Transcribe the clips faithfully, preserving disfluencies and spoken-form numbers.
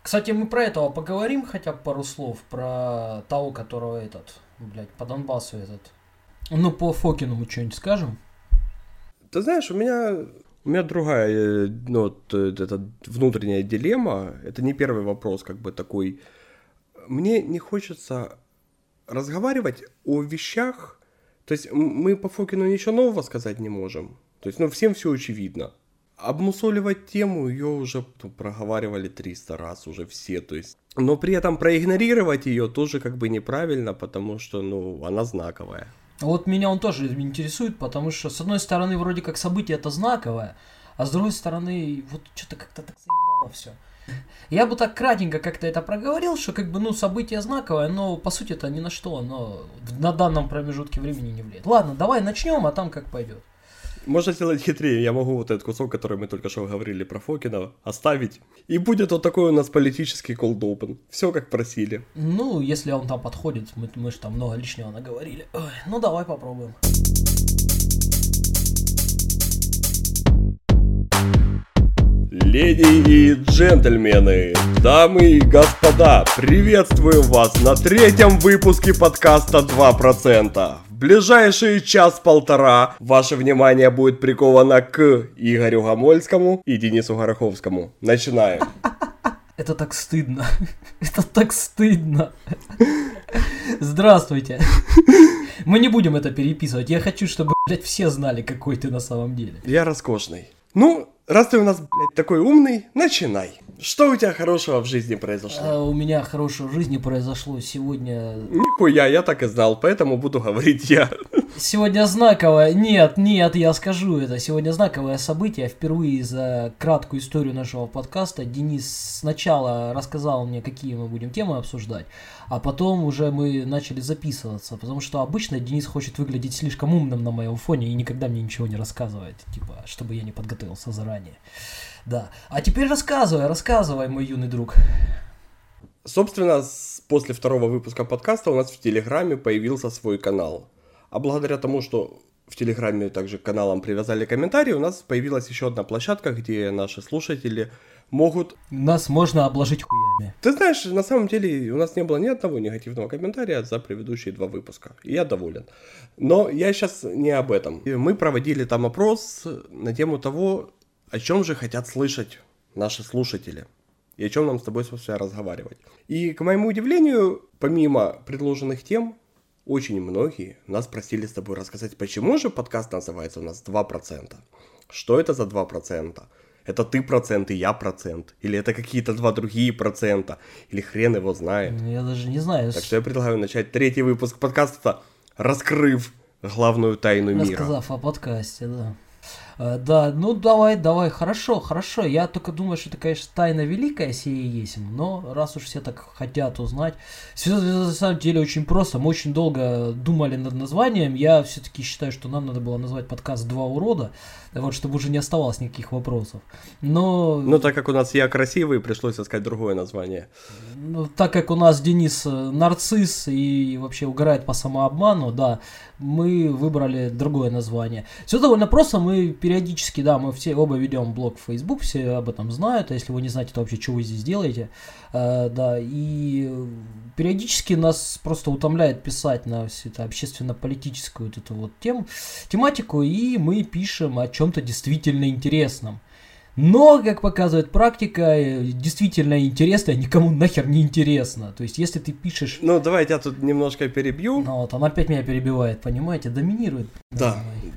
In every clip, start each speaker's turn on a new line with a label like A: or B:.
A: Кстати, мы про этого поговорим хотя бы пару слов, про того, которого этот, блядь, по Донбассу этот. Ну, по Фокину мы что-нибудь скажем?
B: Ты знаешь, у меня, у меня другая, ну, вот, эта внутренняя дилемма. Это не первый вопрос, как бы такой. Мне не хочется разговаривать о вещах. То есть мы по Фокину ничего нового сказать не можем. То есть, ну, всем все очевидно. Обмусоливать тему ее уже ну, проговаривали триста раз уже все, то есть. Но при этом проигнорировать ее тоже как бы неправильно, потому что, ну, она знаковая.
A: Вот меня он тоже интересует, потому что, с одной стороны, вроде как событие это знаковое, а с другой стороны, вот что-то как-то так заебало все. Я бы так кратенько как-то это проговорил, что как бы, ну, событие знаковое, но по сути это ни на что, оно на данном промежутке времени не влияет. Ладно, давай начнем, а там как пойдет.
B: Можно сделать хитрее, я могу вот этот кусок, который мы только что говорили про Фокина, оставить. И будет вот такой у нас политический cold open. Все как просили.
A: Ну, если он там подходит, мы, мы же там много лишнего наговорили. Ой, ну, давай попробуем.
B: Леди и джентльмены, дамы и господа, приветствую вас на третьем выпуске подкаста два процента. В ближайший час-полтора ваше внимание будет приковано к Игорю Гомольскому и Денису Гороховскому. Начинаем.
A: Это так стыдно. Это так стыдно. Здравствуйте. Мы не будем это переписывать. Я хочу, чтобы, блядь, все знали, какой ты на самом деле.
B: Я роскошный. Ну, раз ты у нас, блядь, такой умный, начинай. Что у тебя хорошего в жизни произошло?
A: А, у меня хорошего в жизни произошло сегодня...
B: Нихуя, я так и знал, поэтому буду говорить я.
A: Сегодня знаковое... Нет, нет, я скажу это. Сегодня знаковое событие. Впервые за краткую историю нашего подкаста Денис сначала рассказал мне, какие мы будем темы обсуждать, а потом уже мы начали записываться, потому что обычно Денис хочет выглядеть слишком умным на моем фоне и никогда мне ничего не рассказывает, типа, чтобы я не подготовился заранее. Да. А теперь рассказывай, рассказывай, мой юный друг.
B: Собственно, после второго выпуска подкаста у нас в Телеграме появился свой канал. А благодаря тому, что в Телеграме также к каналам привязали комментарии, у нас появилась еще одна площадка, где наши слушатели могут...
A: Нас можно обложить хуями.
B: Ты знаешь, на самом деле у нас не было ни одного негативного комментария за предыдущие два выпуска. И я доволен. Но я сейчас не об этом. Мы проводили там опрос на тему того, о чем же хотят слышать наши слушатели. И о чем нам с тобой, собственно, разговаривать. И, к моему удивлению, помимо предложенных тем, очень многие нас просили с тобой рассказать, почему же подкаст называется у нас два процента. Что это за два процента? Это ты процент и я процент? Или это какие-то два другие процента? Или хрен его знает?
A: Я даже не знаю.
B: Так что я предлагаю начать третий выпуск подкаста, раскрыв главную тайну мира.
A: Рассказав о подкасте, да. Да, ну давай, давай, хорошо, хорошо. Я только думаю, что это, конечно, тайна великая сия есть, но раз уж все так хотят узнать, все на самом деле очень просто. Мы очень долго думали над названием. Я все-таки считаю, что нам надо было назвать подкаст «Два урода», вот, чтобы уже не оставалось никаких вопросов. Но...
B: Ну, так как у нас я красивый, пришлось искать другое название.
A: Ну, так как у нас Денис нарцисс и вообще угорает по самообману, да, мы выбрали другое название. Все довольно просто, мы периодически, да, мы все оба ведем блог в Facebook, все об этом знают, а если вы не знаете, то вообще, что вы здесь делаете, э, да, и периодически нас просто утомляет писать на всю эту общественно-политическую вот эту вот тему, тематику, и мы пишем о чем-то действительно интересном. Но, как показывает практика, действительно интересно, никому нахер не интересно. То есть, если ты пишешь...
B: Ну, давай я тебя тут немножко перебью.
A: Ну, вот он опять меня перебивает, понимаете, доминирует.
B: Да,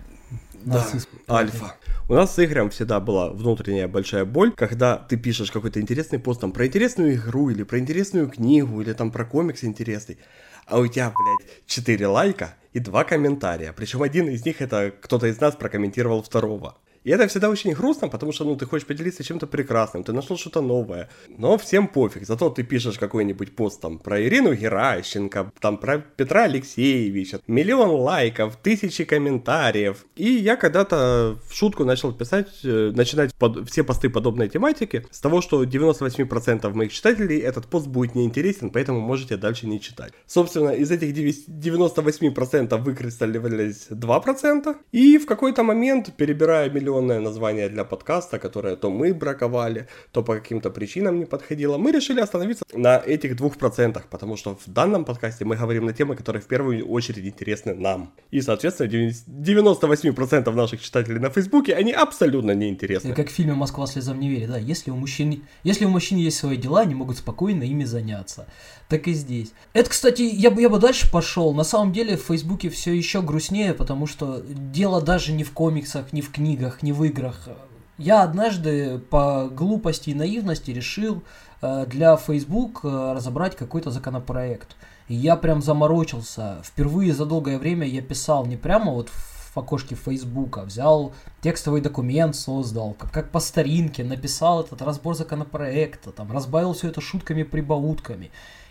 B: да, альфа. У нас с Игорем всегда была внутренняя большая боль, когда ты пишешь какой-то интересный пост там про интересную игру, или про интересную книгу, или там про комикс интересный, а у тебя, блядь, четыре лайка и два комментария. Причем один из них это кто-то из нас прокомментировал второго. И это всегда очень грустно, потому что, ну, ты хочешь поделиться чем-то прекрасным, ты нашел что-то новое, но всем пофиг. Зато ты пишешь какой-нибудь пост там про Ирину Геращенко, там про Петра Алексеевича, миллион лайков, тысячи комментариев. И я когда-то в шутку начал писать, э, начинать под, все посты подобной тематики с того, что девяносто восемь процентов моих читателей этот пост будет неинтересен, поэтому можете дальше не читать. Собственно, из этих девяноста восьми процентов выкристаллизовались два процента, и в какой-то момент, перебирая миллион определенное название для подкаста, которое то мы браковали, то по каким-то причинам не подходило. Мы решили остановиться на этих двух процентах, потому что в данном подкасте мы говорим на темы, которые в первую очередь интересны нам. И, соответственно, девяносто восемь процентов наших читателей на Фейсбуке, они абсолютно неинтересны.
A: Как в фильме «Москва слезам не верит», да, если у мужчин, если у мужчин есть свои дела, они могут спокойно ими заняться. Так и здесь. Это, кстати, я бы, я бы дальше пошел. На самом деле в Фейсбуке все еще грустнее, потому что дело даже не в комиксах, не в книгах, не в играх. Я однажды по глупости и наивности решил э, для Facebook э, разобрать какой-то законопроект. И я прям заморочился. Впервые за долгое время я писал не прямо вот в окошке Фейсбука, взял текстовый документ, создал, как, как по старинке, написал этот разбор законопроекта, там, разбавил все это шутками-прибаутками.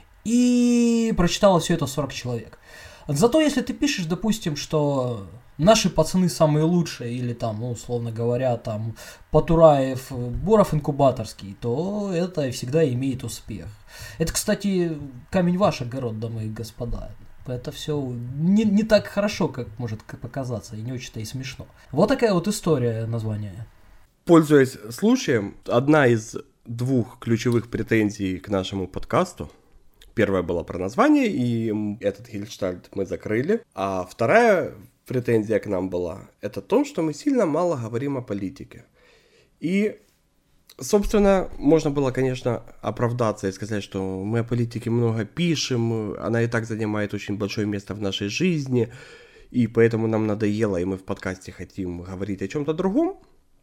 A: И прочитало все это сорок человек. Зато если ты пишешь, допустим, что наши пацаны самые лучшие, или там, ну, условно говоря, там, Потураев, Боров инкубаторский, то это всегда имеет успех. Это, кстати, камень ваш огород, дамы и господа. Это все не, не так хорошо, как может показаться, и не очень-то и смешно. Вот такая вот история названия.
B: Пользуясь случаем, одна из двух ключевых претензий к нашему подкасту. Первая была про название, и этот гельштальт мы закрыли. А вторая претензия к нам была, это то, что мы сильно мало говорим о политике. И, собственно, можно было, конечно, оправдаться и сказать, что мы о политике много пишем, она и так занимает очень большое место в нашей жизни, и поэтому нам надоело, и мы в подкасте хотим говорить о чем-то другом.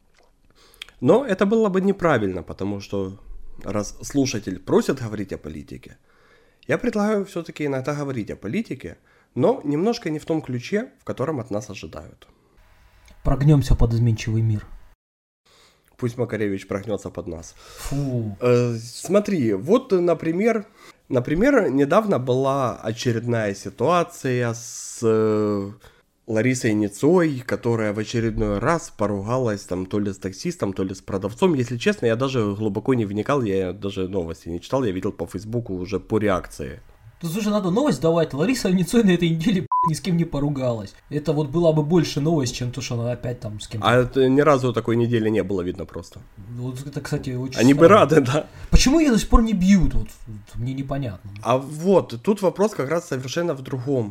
B: Но это было бы неправильно, потому что раз слушатель просит говорить о политике, я предлагаю все-таки иногда говорить о политике, но немножко не в том ключе, в котором от нас ожидают.
A: Прогнемся под изменчивый мир.
B: Пусть Макаревич прогнется под нас.
A: Фу.
B: Э, смотри, вот, например, например, недавно была очередная ситуация с э, Ларисой Ницой, которая в очередной раз поругалась там то ли с таксистом, то ли с продавцом. Если честно, я даже глубоко не вникал, я даже новости не читал, я видел по Фейсбуку уже по реакции.
A: Ну, слушай, надо новость давать. Лариса Ницой на этой неделе ни с кем не поругалась. Это вот была бы больше новость, чем то, что она опять там с кем-то.
B: А это ни разу такой недели не было видно просто.
A: Вот это, кстати, очень
B: Они
A: странно.
B: бы рады, да.
A: Почему ее до сих пор не бьют? Вот, вот, мне непонятно.
B: А вот, тут вопрос как раз совершенно в другом.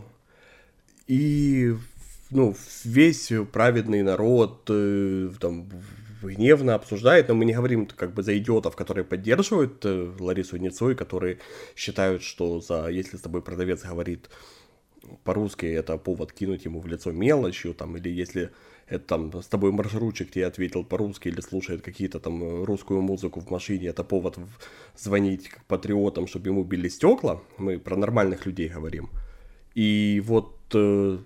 B: И, ну, весь праведный народ э, там гневно обсуждает, но мы не говорим как бы за идиотов, которые поддерживают э, Ларису Ницой, которые считают, что за, если с тобой продавец говорит по-русски, это повод кинуть ему в лицо мелочью, там, или если это там с тобой маршрутчик тебе ответил по-русски или слушает какие-то там русскую музыку в машине, это повод звонить к патриотам, чтобы ему били стекла. Мы про нормальных людей говорим. И вот э,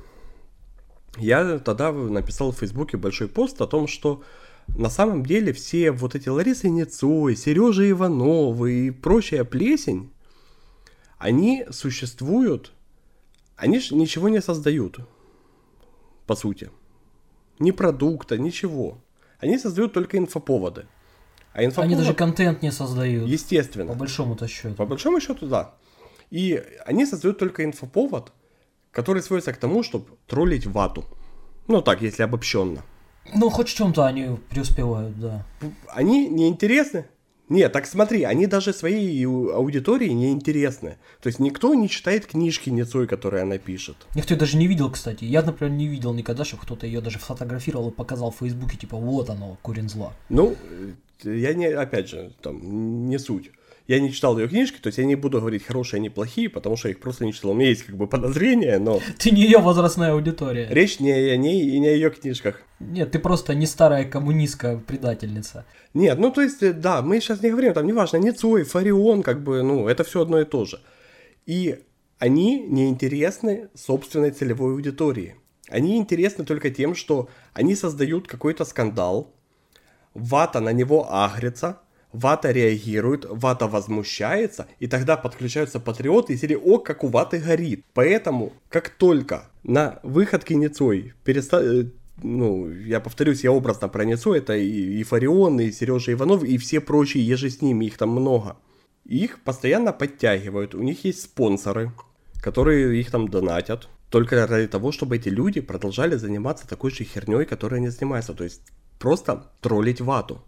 B: я тогда написал в Фейсбуке большой пост о том, что на самом деле все вот эти Ларисы Ницой, Сережа Ивановы и прочая плесень, они существуют, они же ничего не создают, по сути. Ни продукта, ничего. Они создают только инфоповоды. А инфоповод...
A: Они даже контент не создают.
B: Естественно.
A: По большому-то счету.
B: По большому счету, да. И они создают только инфоповод, который сводится к тому, чтобы троллить вату. Ну так, если обобщенно.
A: Ну, хоть в чем-то они преуспевают, да.
B: Они неинтересны? Нет, так смотри, они даже своей аудитории неинтересны. То есть никто не читает книжки Ницой, которые она пишет.
A: Никто ее даже не видел, кстати. Я, например, не видел никогда, чтобы кто-то ее даже фотографировал и показал в Фейсбуке, типа, вот оно, корень зла.
B: Ну, я не, опять же, там, не суть. Я не читал ее книжки, то есть я не буду говорить, хорошие они плохие, потому что я их просто не читал. У меня есть как бы подозрения, но...
A: Ты не ее возрастная аудитория.
B: Речь не о ней и не о ее книжках.
A: Нет, ты просто не старая коммунистка-предательница.
B: Нет, ну то есть, да, мы сейчас не говорим, там, неважно, Ницой, Фарион, как бы, ну, это все одно и то же. И они не интересны собственной целевой аудитории. Они интересны только тем, что они создают какой-то скандал, вата на него агрится, вата реагирует, вата возмущается, и тогда подключаются патриоты и серии «О, как у ваты горит». Поэтому, как только на выходке Ницой перестали... Ну, я повторюсь, я образно про Ницой, это и, и Фарион, и Сережа Иванов, и все прочие ежи с ними, их там много. Их постоянно подтягивают, у них есть спонсоры, которые их там донатят. только ради того, чтобы эти люди продолжали заниматься такой же херней, которой они занимаются. То есть просто троллить вату.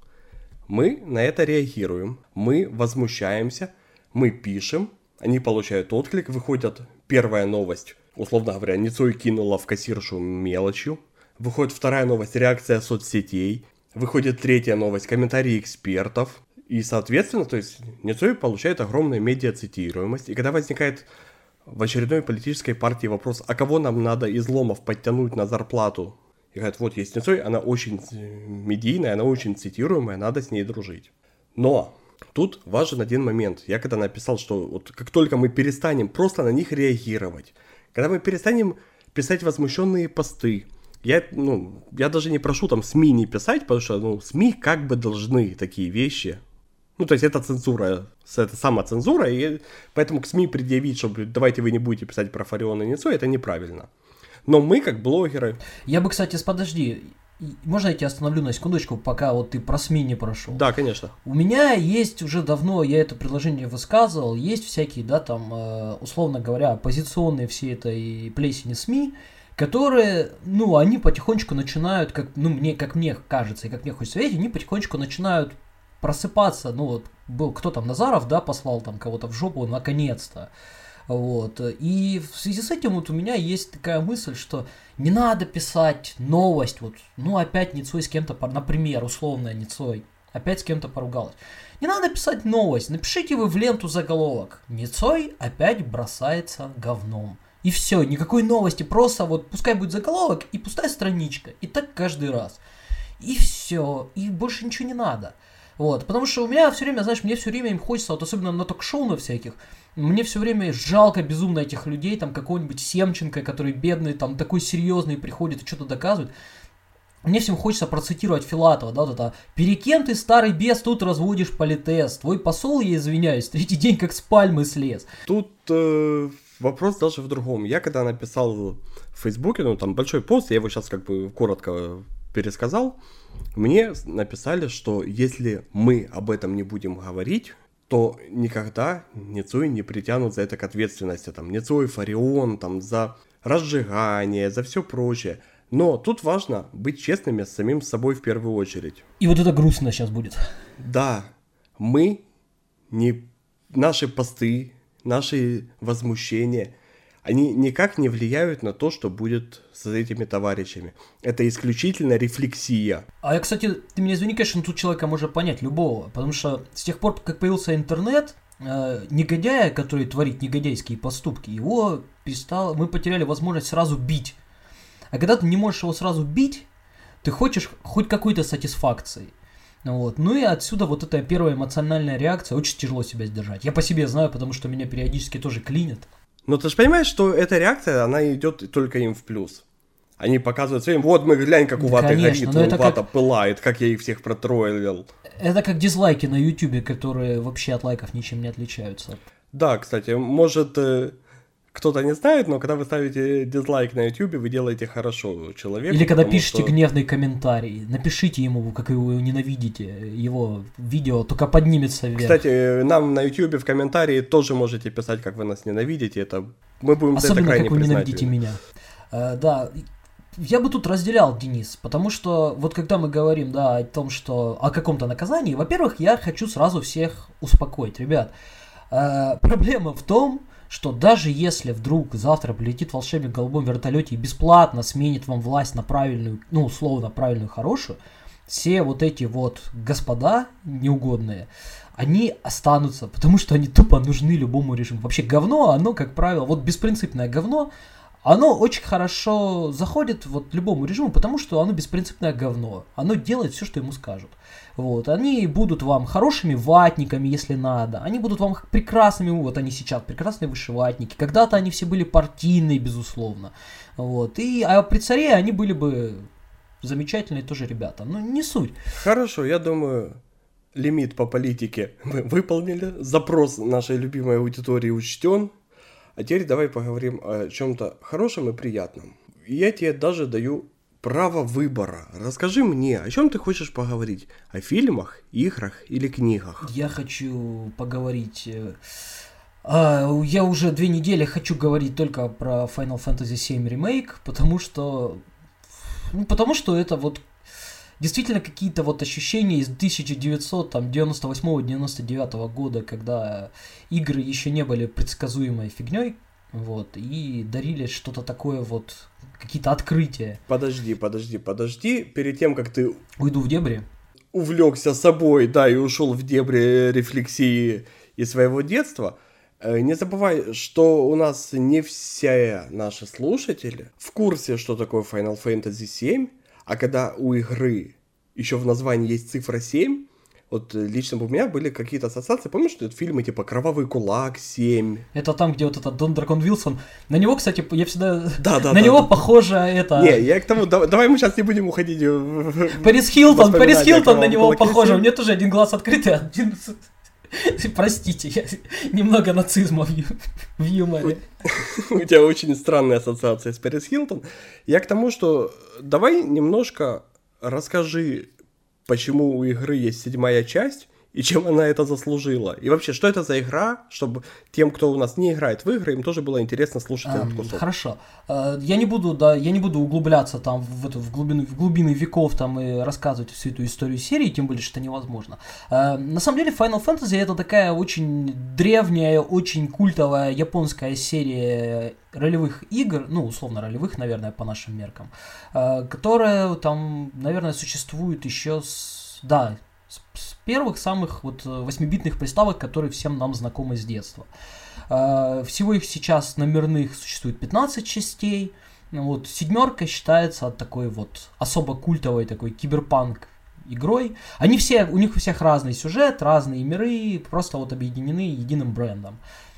B: Мы на это реагируем, мы возмущаемся, мы пишем, они получают отклик, выходит первая новость, условно говоря, Ницой кинула в кассиршу мелочью, выходит вторая новость, реакция соцсетей, выходит третья новость, комментарии экспертов, и, соответственно, то есть Ницой получает огромную медиацитируемость, и когда возникает в очередной политической партии вопрос, а кого нам надо из ломов подтянуть на зарплату, и говорят, вот есть Ницой, она очень медийная, она очень цитируемая, надо с ней дружить. Но тут важен один момент. Я когда написал, что вот как только мы перестанем просто на них реагировать, когда мы перестанем писать возмущенные посты, я, ну, я даже не прошу там СМИ не писать, потому что ну, СМИ как бы должны такие вещи. Ну, то есть это цензура, это самоцензура, и поэтому к СМИ предъявить, чтобы давайте вы не будете писать про Фариона и Ницой, это неправильно. Но мы, как блогеры...
A: Я бы, кстати, подожди, можно я тебя остановлю на секундочку, пока вот ты про СМИ не прошел?
B: Да, конечно.
A: У меня есть уже давно, я это предложение высказывал, есть всякие, да, там, условно говоря, оппозиционные все этой плесени СМИ, которые, ну, они потихонечку начинают, как, ну, мне, как мне кажется, и как мне хочется верить, они потихонечку начинают просыпаться, ну, вот, был кто там, Назаров, да, послал там кого-то в жопу, наконец-то. Вот. И в связи с этим вот у меня есть такая мысль, что не надо писать новость, вот, ну опять Ницой с кем-то, например, условно Ницой, опять с кем-то поругалась. Не надо писать новость, напишите вы в ленту заголовок. Ницой опять бросается говном. И все, никакой новости, просто вот пускай будет заголовок и пустая страничка. И так каждый раз. И все, и больше ничего не надо. Вот, потому что у меня все время, знаешь, мне все время им хочется, вот особенно на ток-шоу на всяких, мне все время жалко безумно этих людей, там какого-нибудь Семченко, который бедный, там такой серьезный приходит и что-то доказывает. Мне всем хочется процитировать Филатова, да, вот это «Перекем ты, старый бес, тут разводишь политез, твой посол, я извиняюсь, третий день как с пальмы слез».
B: Тут э, вопрос даже в другом. Я когда написал в Фейсбуке, ну там большой пост, я его сейчас как бы коротко пересказал, мне написали, что если мы об этом не будем говорить, то никогда Ницой не притянут за это к ответственности. Там, Ницой, Фарион, там, за разжигание, за все прочее. Но тут важно быть честными с самим собой в первую очередь.
A: И вот это грустно сейчас будет.
B: Да, мы, не, наши посты, наши возмущения, они никак не влияют на то, что будет с этими товарищами. Это исключительно рефлексия.
A: А я, кстати, ты меня извини, конечно, тут человека можно понять, любого. Потому что с тех пор, как появился интернет, э, негодяя, который творит негодяйские поступки, его перестал, мы потеряли возможность сразу бить. А когда ты не можешь его сразу бить, ты хочешь хоть какой-то сатисфакции. Вот. Ну и отсюда вот эта первая эмоциональная реакция, очень тяжело себя сдержать. Я по себе знаю, потому что меня периодически тоже клинит.
B: Но ты же понимаешь, что эта реакция, она идет только им в плюс. Они показывают своим, вот мы глянь, как у ваты
A: Конечно,
B: горит, у вата
A: как...
B: пылает, как я их всех протроллил.
A: Это как дизлайки на ютубе, которые вообще от лайков ничем не отличаются.
B: Да, кстати, может кто-то не знает, но когда вы ставите дизлайк на ютубе, вы делаете хорошо человеку.
A: Или когда пишете
B: что...
A: гневный комментарий, напишите ему, как вы его ненавидите, его видео только поднимется вверх.
B: Кстати, нам на ютубе в комментарии тоже можете писать, как вы нас ненавидите, это мы будем за это крайне признательны. Особенно, как вы ненавидите
A: меня. А, да, я бы тут разделял, Денис, потому что вот когда мы говорим, да, о том, что о каком-то наказании, во-первых, я хочу сразу всех успокоить, ребят. А, проблема в том, что даже если вдруг завтра прилетит волшебник в голубом вертолете и бесплатно сменит вам власть на правильную, ну, условно, правильную, хорошую, все вот эти вот господа неугодные, они останутся, потому что они тупо нужны любому режиму. Вообще говно, оно, как правило, вот беспринципное говно, оно очень хорошо заходит вот любому режиму, потому что оно беспринципное говно. Оно делает все, что ему скажут. Вот. Они будут вам хорошими ватниками, если надо. Они будут вам прекрасными, вот они сейчас, прекрасные вышиватники. Когда-то они все были партийные, безусловно. Вот. И, а при царе они были бы замечательные тоже ребята. Но не суть.
B: Хорошо, я думаю, лимит по политике мы выполнили. Запрос нашей любимой аудитории учтен. А теперь давай поговорим о чем-то хорошем и приятном. Я тебе даже даю право выбора. Расскажи мне, о чем ты хочешь поговорить? О фильмах, играх или книгах?
A: Я хочу поговорить Uh, я уже две недели хочу говорить только про Final Fantasy семь Remake, потому что, ну, потому что это вот действительно какие-то вот ощущения из тысяча девятьсот девяносто восьмого - девяносто девятого года, когда игры еще не были предсказуемой фигней, вот, и дарили что-то такое вот, какие-то открытия.
B: Подожди, подожди, подожди, перед тем, как ты...
A: Уйду в дебри.
B: Увлекся собой, да, и ушел в дебри рефлексии из своего детства... Не забывай, что у нас не все наши слушатели в курсе, что такое Final Fantasy семь, а когда у игры еще в названии есть цифра семь, вот лично у меня были какие-то ассоциации, помнишь, что это фильмы типа «Кровавый кулак семь».
A: Это там, где вот этот Дон Дракон Вилсон. На него, кстати, я всегда...
B: Да, да,
A: На
B: да,
A: него
B: да.
A: похоже это...
B: Не, я к тому... Давай мы сейчас не будем уходить в...
A: Парис Хилтон, Парис Хилтон на него похоже. У
B: семь.
A: меня тоже один глаз открытый, один... Простите, я немного нацизма в, ю... в юморе.
B: У тебя очень странная ассоциация с Пэрис Хилтон. Я к тому, что давай немножко расскажи, почему у игры есть седьмая часть и чем она это заслужила. И вообще, что это за игра, чтобы тем, кто у нас не играет в игры, им тоже было интересно слушать этот кусок.
A: Хорошо. Я не буду, да, я не буду углубляться там в, эту, в, глубину, в глубины веков там и рассказывать всю эту историю серии, тем более, что невозможно. На самом деле, Final Fantasy это такая очень древняя, очень культовая японская серия ролевых игр, ну, условно ролевых, наверное, по нашим меркам, которая там, наверное, существует еще с... Да, с первых самых вот восьмибитных приставок, которые всем нам знакомы с детства. Всего их сейчас номерных существует пятнадцать частей. Вот седьмерка считается такой вот особо культовой такой киберпанк игрой. Они все, у них у всех разный сюжет, разные миры, просто вот объединены единым брендом.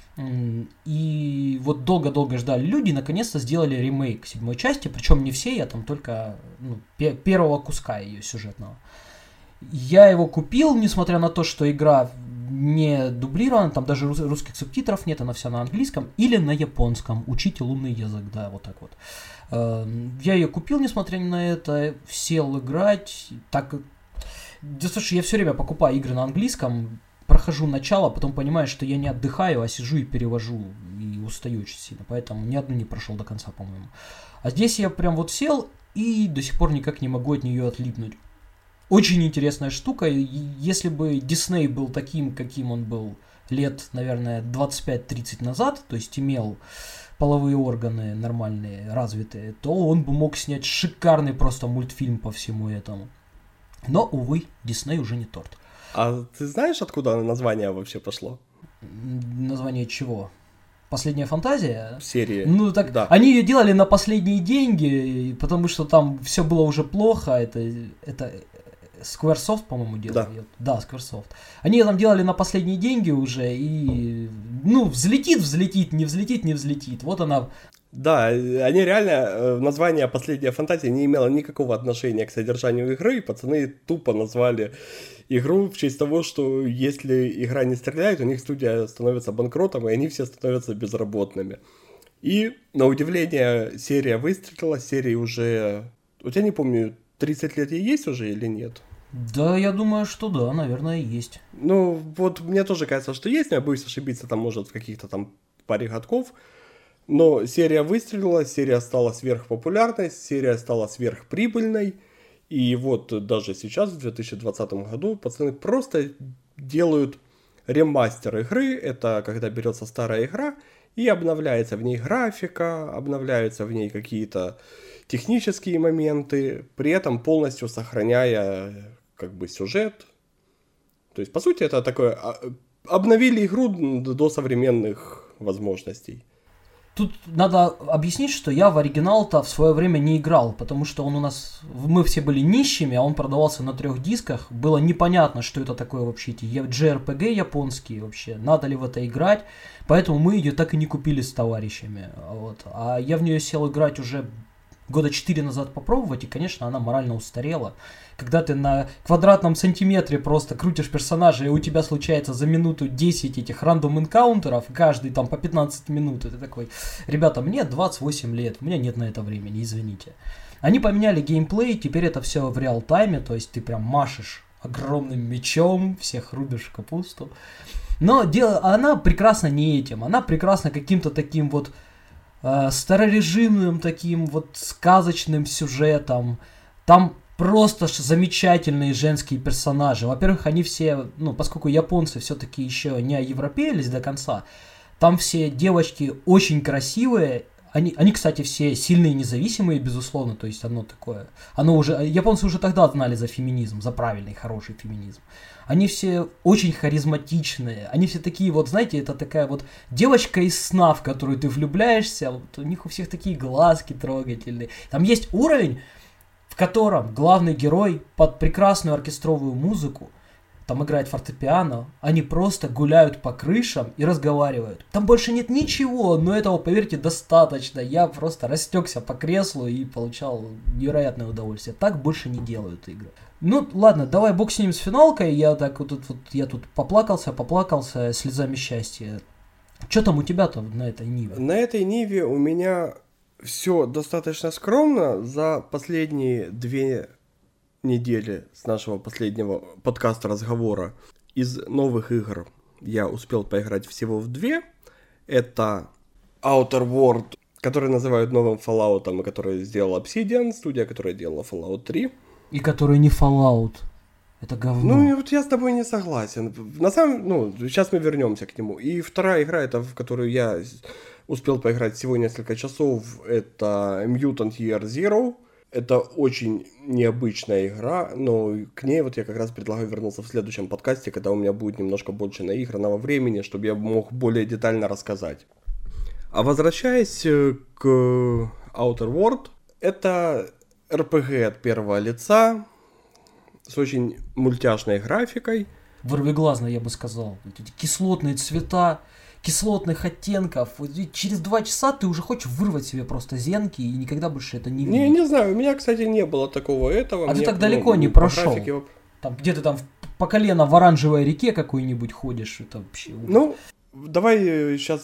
A: И вот долго-долго ждали люди, наконец-то сделали ремейк седьмой части, причем не все, я там только ну, пе- первого куска ее сюжетного. Я его купил, несмотря на то, что игра не дублирована, там даже рус- русских субтитров нет, она вся на английском или на японском. Учите лунный язык, да, вот так вот. Я ее купил, несмотря на это, сел играть. Так, да, слушай, я все время покупаю игры на английском, прохожу начало, потом понимаю, что я не отдыхаю, а сижу и перевожу, и устаю очень сильно, поэтому ни одну не прошел до конца, по-моему. А здесь я прям вот сел и до сих пор никак не могу от нее отлипнуть. Очень интересная штука. Если бы Дисней был таким, каким он был лет, наверное, двадцать пять тридцать назад, то есть имел половые органы нормальные, развитые, то он бы мог снять шикарный просто мультфильм по всему этому. Но, увы, Дисней уже не торт.
B: А ты знаешь, откуда название вообще пошло?
A: Название чего? Последняя фантазия?
B: Серии.
A: Ну так,
B: да.
A: Они ее делали на последние деньги, потому что там все было уже плохо. Это, это Squaresoft, по-моему, делал
B: да.
A: ее. Да, Squaresoft. Они ее там делали на последние деньги уже, и ну, взлетит, взлетит, не взлетит, не взлетит. Вот она.
B: Да, они реально, название «Последняя фантазия» не имело никакого отношения к содержанию игры, и пацаны тупо назвали игру в честь того, что если игра не стреляет, у них студия становится банкротом, и они все становятся безработными. И, на удивление, серия выстрелила, серии уже, вот я не помню, тридцать лет ей есть уже или нет?
A: Да, я думаю, что да, наверное, есть.
B: Ну, вот мне тоже кажется, что есть, но я боюсь ошибиться, там, может, в каких-то там паре годков. Но серия выстрелила, серия стала сверхпопулярной, серия стала сверхприбыльной. И вот даже сейчас, в две тысячи двадцатом году, пацаны просто делают ремастер игры. Это когда берется старая игра и обновляется в ней графика, обновляются в ней какие-то технические моменты, при этом полностью сохраняя как бы сюжет. То есть, по сути, это такое... Обновили игру до современных возможностей.
A: Тут надо объяснить, что я в оригинал-то в свое время не играл, потому что он у нас, мы все были нищими, а он продавался на трех дисках. Было непонятно, что это такое вообще, эти джей ар пи джи японские вообще, надо ли в это играть. Поэтому мы ее так и не купили с товарищами. Вот. А я в нее сел играть уже года четыре назад попробовать, и, конечно, она морально устарела. Когда ты на квадратном сантиметре просто крутишь персонажа, и у тебя случается за минуту десять этих рандом энкаунтеров, каждый там по пятнадцать минут, и ты такой, ребята, мне двадцать восемь лет, у меня нет на это времени, извините. Они поменяли геймплей, теперь это все в реал-тайме, то есть ты прям машешь огромным мечом, всех рубишь в капусту. Но дело, она прекрасна не этим, она прекрасна каким-то таким вот э, старорежимным, таким вот сказочным сюжетом. Там просто замечательные женские персонажи. Во-первых, они все, ну, поскольку японцы все-таки еще не европеились до конца, там все девочки очень красивые. Они, они, кстати, все сильные и независимые, безусловно, то есть оно такое, оно уже, японцы уже тогда знали за феминизм, за правильный, хороший феминизм. Они все очень харизматичные, они все такие вот, знаете, это такая вот девочка из сна, в которую ты влюбляешься, вот у них у всех такие глазки трогательные. Там есть уровень, в котором главный герой под прекрасную оркестровую музыку, там играет фортепиано, они просто гуляют по крышам и разговаривают. Там больше нет ничего, но этого, поверьте, достаточно. Я просто растекся по креслу и получал невероятное удовольствие. Так больше не делают игры. Ну, ладно, давай бог с ним, с финалкой. Я так вот, вот, вот я тут поплакался, поплакался слезами счастья. Что там у тебя-то на этой ниве?
B: На этой ниве у меня все достаточно скромно. За последние две недели с нашего последнего подкаста разговора из новых игр я успел поиграть всего в две. Это Outer World, который называют новым Fallout, и который сделал Obsidian, студия, которая делала Fallout три.
A: И который не Fallout. Это говно.
B: Ну, вот я с тобой не согласен. На самом, ну, сейчас мы вернемся к нему. И вторая игра, это в которую я успел поиграть всего несколько часов, это Mutant Year Zero. Это очень необычная игра, но к ней вот я как раз предлагаю вернуться в следующем подкасте, когда у меня будет немножко больше наигранного времени, чтобы я мог более детально рассказать. А возвращаясь к Outer World, это эр пи джи от первого лица с очень мультяшной графикой.
A: Вырвиглазно, я бы сказал. Эти кислотные цвета, кислотных оттенков. Через два часа ты уже хочешь вырвать себе просто зенки и никогда больше это не видишь.
B: Не, не знаю, у меня, кстати, не было такого этого.
A: А
B: Мне,
A: ты так
B: ну,
A: далеко не
B: по
A: прошел.
B: графике...
A: Там, где ты там по колено в оранжевой реке какой-нибудь ходишь. Это вообще...
B: Ну, давай сейчас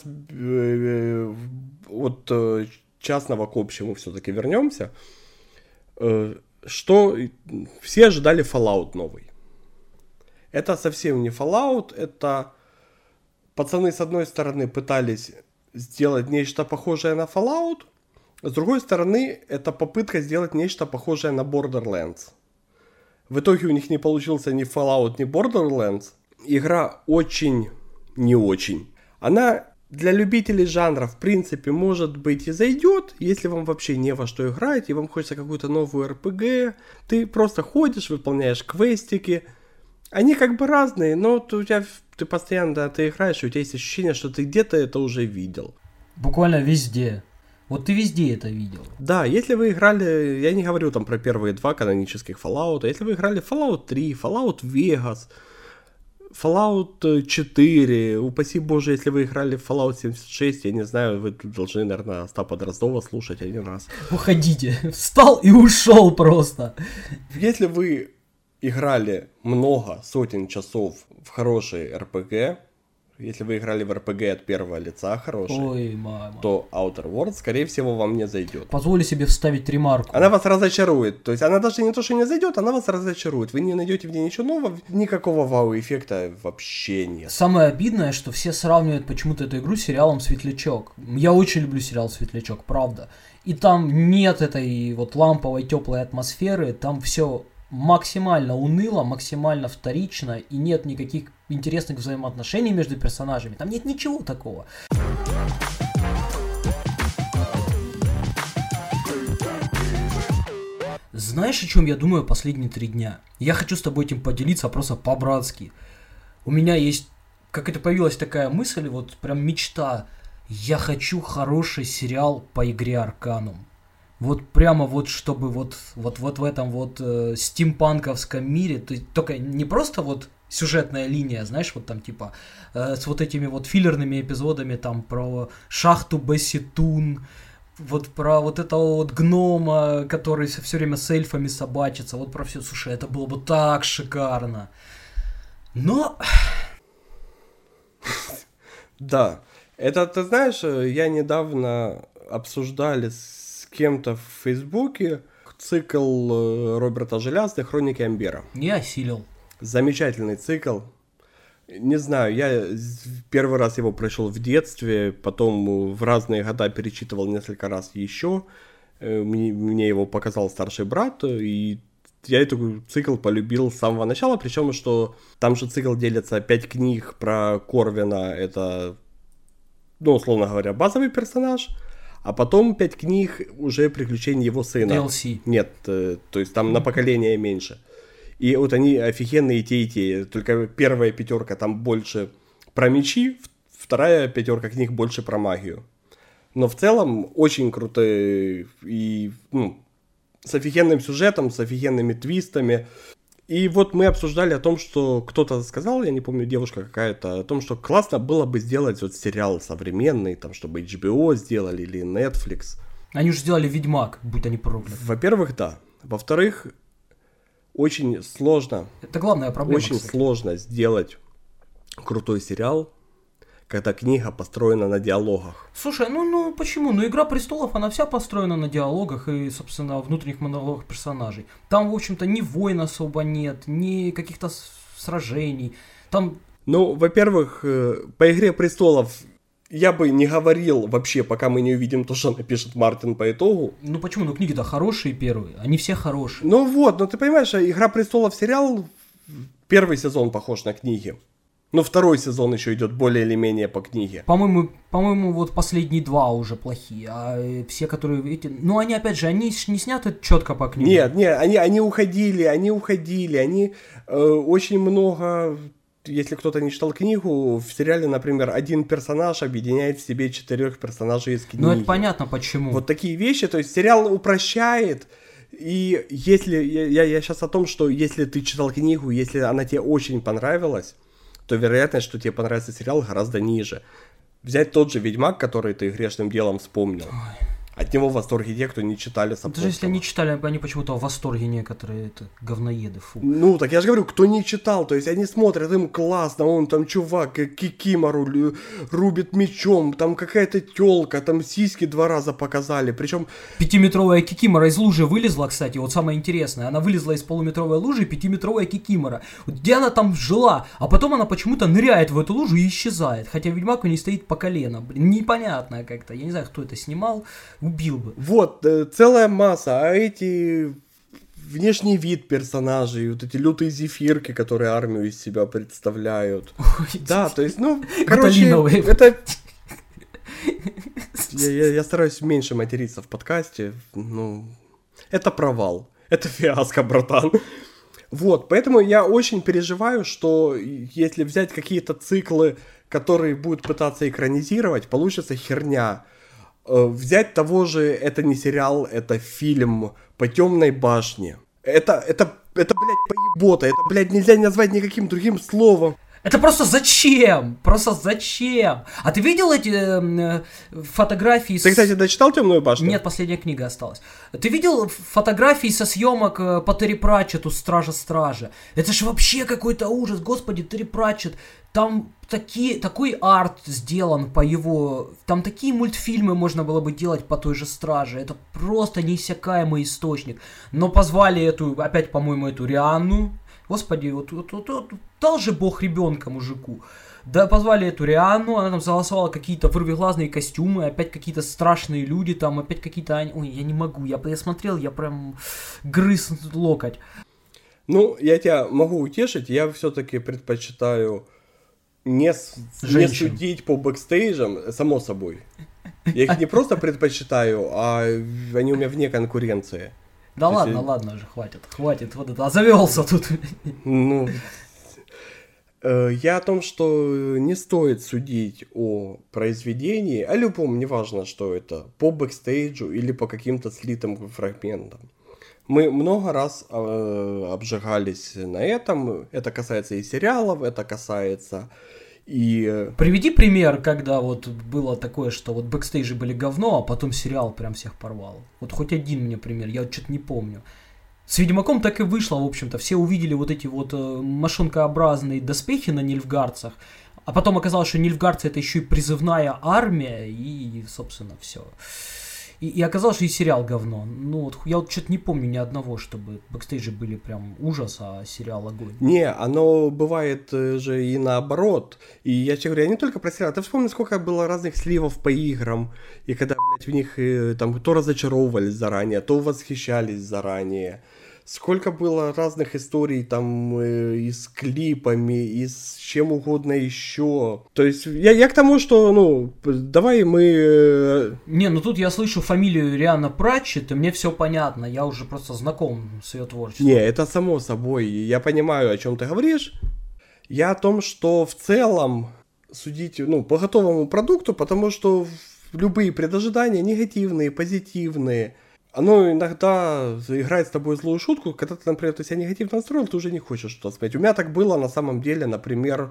B: от частного к общему все-таки вернемся. Что все ожидали Fallout новый. Это совсем не Fallout, это... Пацаны, с одной стороны, пытались сделать нечто похожее на Fallout, с другой стороны, это попытка сделать нечто похожее на Borderlands. В итоге у них не получился ни Fallout, ни Borderlands. Игра очень не очень. Она для любителей жанра, в принципе, может быть и зайдет, если вам вообще не во что играть, и вам хочется какую-то новую эр пи джи. Ты просто ходишь, выполняешь квестики. Они как бы разные, но у тебя... Ты постоянно ты играешь, и у тебя есть ощущение, что ты где-то это уже видел.
A: Буквально везде. Вот ты везде это видел.
B: Да, если вы играли, я не говорю там про первые два канонических Fallout, а если вы играли Fallout три, Fallout Vegas, Fallout четыре, упаси боже, если вы играли в Fallout семьдесят шесть, я не знаю, вы должны, наверное, Остапа Дроздова слушать один раз.
A: Уходите, встал и ушел просто.
B: Если вы играли много сотен часов в хорошие эр пи джи, если вы играли в эр пи джи от первого лица хорошие,
A: ой, мама,
B: то Outer Worlds, скорее всего, вам не зайдет.
A: Позволю себе вставить ремарку.
B: Она вас разочарует. То есть она даже не то, что не зайдет, она вас разочарует. Вы не найдете в ней ничего нового, никакого вау-эффекта вообще нет.
A: Самое обидное, что все сравнивают почему-то эту игру с сериалом «Светлячок». Я очень люблю сериал «Светлячок», правда. И там нет этой вот ламповой теплой атмосферы, там все максимально уныло, максимально вторично, и нет никаких интересных взаимоотношений между персонажами. Там нет ничего такого. Знаешь, о чем я думаю последние три дня? Я хочу с тобой этим поделиться просто по-братски. У меня есть, как это появилась такая мысль, вот прям мечта. Я хочу хороший сериал по игре Arcanum. Вот прямо вот, чтобы вот, вот, вот в этом вот э, стимпанковском мире, то есть только не просто вот сюжетная линия, знаешь, вот там типа э, с вот этими вот филлерными эпизодами там про шахту Бассетун, вот про вот этого вот гнома, который все время с эльфами собачится, вот про все. Слушай, это было бы так шикарно. Но...
B: Да, это, ты знаешь, я недавно обсуждали с кем-то в Фейсбуке цикл Роберта Желязной «Хроники Амбера».
A: Не осилил.
B: Замечательный цикл. Не знаю, я первый раз его прошел в детстве, потом в разные года перечитывал несколько раз еще. Мне, мне его показал старший брат, и я эту цикл полюбил с самого начала, причем что там же цикл делится пять книг про Корвина, это, ну, условно говоря, базовый персонаж, а потом пять книг уже приключений его сына.
A: ди эл си.
B: Нет, то есть там на поколение меньше. И вот они офигенные и те, и те, только первая пятерка там больше про мечи, вторая пятерка книг больше про магию. Но в целом очень крутые и, ну, с офигенным сюжетом, с офигенными твистами. И вот мы обсуждали о том, что кто-то сказал, я не помню, девушка какая-то, о том, что классно было бы сделать вот сериал современный, там, чтобы эйч би о сделали или Netflix.
A: Они уже сделали «Ведьмак», будь они прокляты.
B: Во-первых, да. Во-вторых, очень сложно.
A: Это главная проблема.
B: Очень
A: кстати.
B: сложно сделать крутой сериал, когда книга построена на диалогах.
A: Слушай, ну, ну почему? Ну, «Игра престолов», она вся построена на диалогах и, собственно, внутренних монологах персонажей. Там, в общем-то, ни войн особо нет, ни каких-то сражений. Там...
B: Ну, во-первых, по «Игре престолов» я бы не говорил вообще, пока мы не увидим то, что напишет Мартин по итогу.
A: Ну почему? Ну книги-то хорошие первые, они все хорошие.
B: Ну вот, ну ты понимаешь, «Игра престолов» сериал, первый сезон похож на книги. Ну второй сезон еще идет более или менее по книге.
A: По-моему, по-моему, вот последние два уже плохие, а все, которые эти... Ну они, опять же, они не сняты четко по книге.
B: Нет, нет, они, они уходили, они уходили, они э, очень много... Если кто-то не читал книгу, в сериале, например, один персонаж объединяет в себе четырех персонажей из книги.
A: Ну это понятно почему.
B: Вот такие вещи, то есть сериал упрощает, и если, я, я сейчас о том, что если ты читал книгу, если она тебе очень понравилась, то вероятность, что тебе понравится сериал, гораздо ниже. Взять тот же «Ведьмак», который ты грешным делом вспомнил. Ой. От него в восторге те, кто не читали Сапковского.
A: Даже если они читали, они почему-то в восторге некоторые, это говноеды, фу.
B: Ну, так я же говорю, кто не читал, то есть они смотрят, им классно, он там чувак, кикимору рубит мечом, там какая-то тёлка, там сиськи два раза показали, причем...
A: Пятиметровая кикимора из лужи вылезла, кстати, вот самое интересное, она вылезла из полуметровой лужи, пятиметровая кикимора. Вот где она там жила, а потом она почему-то ныряет в эту лужу и исчезает, хотя ведьмак у нее стоит по колено, блин, непонятно как-то, я не знаю, кто это снимал, убил бы.
B: Вот, э, целая масса, а эти... Внешний вид персонажей, вот эти лютые зефирки, которые армию из себя представляют. Ой, да, то есть, ну, короче, это... Я, я, я стараюсь меньше материться в подкасте, ну, это провал, это фиаско, братан. Вот, поэтому я очень переживаю, что если взять какие-то циклы, которые будут пытаться экранизировать, получится херня. Взять того же, это не сериал, это фильм по Темной башне. Это, это, это, блядь, поебота, это, блядь, нельзя назвать никаким другим словом.
A: Это просто зачем? Просто зачем? А ты видел эти э, фотографии?
B: Ты, с... кстати, дочитал «Темную башню»?
A: Нет, последняя книга осталась. Ты видел фотографии со съемок э, по Терри Пратчетту «Стража-стража»? Это же вообще какой-то ужас, господи, Терри Пратчетт. Там такие, такой арт сделан по его... Там такие мультфильмы можно было бы делать по той же «Страже». Это просто неиссякаемый источник. Но позвали эту, опять, по-моему, эту Рианну. Господи, вот, вот, вот, вот дал же бог ребенка мужику. Да, позвали эту Рианну, она там согласовала какие-то вырвиглазные костюмы, опять какие-то страшные люди, там опять какие-то... Ой, я не могу, я, я смотрел, я прям грыз локоть.
B: Ну, я тебя могу утешить, я все-таки предпочитаю не, не судить по бэкстейджам, само собой. Я их не просто предпочитаю, а они у меня вне конкуренции.
A: Да ладно, есть... ладно уже, хватит, хватит, вот это, а завелся тут.
B: Ну, э, я о том, что не стоит судить о произведении, о любом, неважно, что это, по бэкстейджу или по каким-то слитым фрагментам. Мы много раз э, обжигались на этом, это касается и сериалов, это касается... И...
A: Приведи пример, когда вот было такое, что вот бэкстейджи были говно, а потом сериал прям всех порвал. Вот хоть один мне пример, я вот что-то не помню. С Ведьмаком так и вышло, в общем-то. Все увидели вот эти вот э, мошонкообразные доспехи на нильфгардцах, а потом оказалось, что нильфгардцы это еще и призывная армия, и, собственно, все. И, и оказалось, что и сериал говно. Ну, вот я вот что-то не помню ни одного, чтобы бэкстейджи были прям ужас, а сериал огонь.
B: Не, оно бывает же и наоборот. И я тебе говорю, я не только про сериал. Ты вспомни, сколько было разных сливов по играм. И когда, блядь, в них там то разочаровывались заранее, то восхищались заранее. Сколько было разных историй там э, и с клипами, и с чем угодно еще. То есть я, я к тому, что, ну, давай мы... Э...
A: Не, ну тут я слышу фамилию Рианна Пратчетт, и мне все понятно, я уже просто знаком с ее творчеством.
B: Не, это само собой, я понимаю, о чем ты говоришь. Я о том, что в целом судить, ну, по готовому продукту, потому что любые предожидания негативные, позитивные... Оно иногда играет с тобой злую шутку, когда ты, например, ты себя негативно настроил, ты уже не хочешь что-то смотреть. У меня так было на самом деле, например,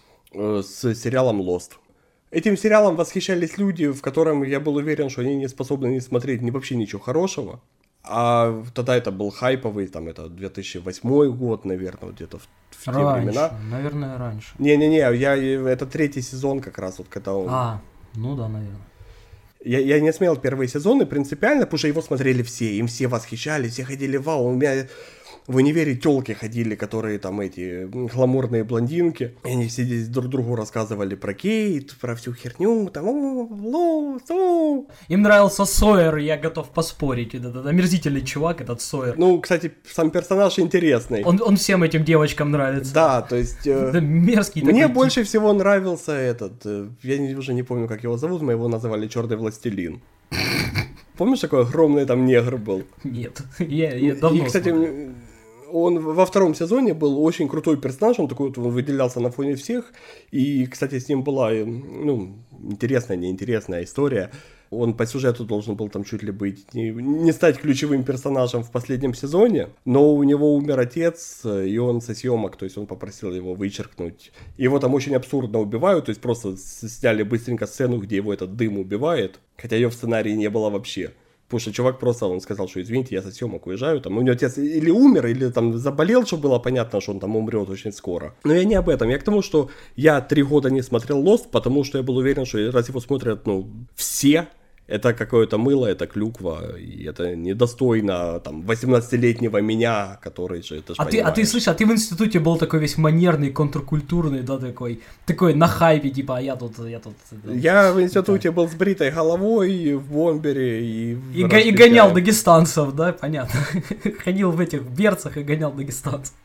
B: с сериалом Lost. Этим сериалом восхищались люди, в котором я был уверен, что они не способны не смотреть ни вообще ничего хорошего. А тогда это был хайповый, там это две тысячи восьмой год, наверное, где-то в, в те
A: раньше,
B: времена.
A: Наверное, раньше.
B: Не-не-не, я, это третий сезон как раз, вот когда он...
A: А, ну да, наверное.
B: Я, я не смотрел первые сезоны принципиально, потому что его смотрели все, им все восхищались, все ходили, вау, у меня в универе тёлки ходили, которые там эти гламурные блондинки, и они все здесь друг другу рассказывали про Кейт, про всю херню, там, о, лос, о.
A: Им нравился Сойер, я готов поспорить, этот омерзительный чувак, этот Сойер.
B: Ну, кстати, сам персонаж интересный.
A: Он, он всем этим девочкам нравится.
B: Да, то есть... Э,
A: да, мерзкий
B: мне
A: такой
B: больше
A: тип.
B: всего нравился этот, э, я не, уже не помню, как его зовут, мы его называли Чёрный Властелин. Помнишь, такой огромный там негр был?
A: Нет, я, я давно
B: И, кстати,
A: смотрел.
B: Он во втором сезоне был очень крутой персонаж, он такой вот, он выделялся на фоне всех, и, кстати, с ним была, ну, интересная, неинтересная история. Он по сюжету должен был там чуть ли быть, не, не стать ключевым персонажем в последнем сезоне, но у него умер отец, и он со съемок, то есть он попросил его вычеркнуть. Его там очень абсурдно убивают, то есть просто сняли быстренько сцену, где его этот дым убивает, хотя ее в сценарии не было вообще. Потому что чувак просто, он сказал, что извините, я со съемок уезжаю, там у него отец или умер, или там заболел, чтобы было понятно, что он там умрет очень скоро. Но я не об этом, я к тому, что я три года не смотрел Lost, потому что я был уверен, что раз его смотрят, ну, все, это какое-то мыло, это клюква, и это недостойно там восемнадцатилетнего меня, который же, это ж
A: а ты, а ты, слышишь, а ты в институте был такой весь манерный, контркультурный, да, такой, такой на хайпе, типа, а я тут, я тут... Да,
B: я в институте да. был с бритой головой, в бомбере и...
A: И, го- и гонял дагестанцев, да, понятно. Ходил в этих берцах и гонял дагестанцев.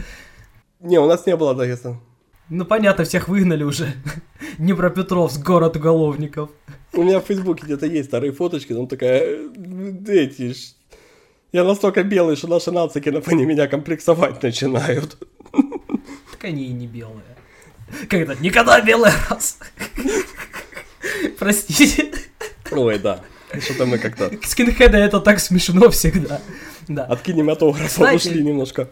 B: Не, у нас не было Дагестана.
A: Ну, понятно, всех выгнали уже. Днепропетровск, город уголовников.
B: У меня в Фейсбуке где-то есть старые фоточки, там такая, эти, я настолько белый, что наши нацики на фоне меня комплексовать начинают.
A: Так они и не белые. Как это, никогда белый раз. Простите.
B: Ой, да, что-то мы как-то...
A: Скинхеды это так смешно всегда. Да.
B: От кинематографа Кстати... ушли немножко.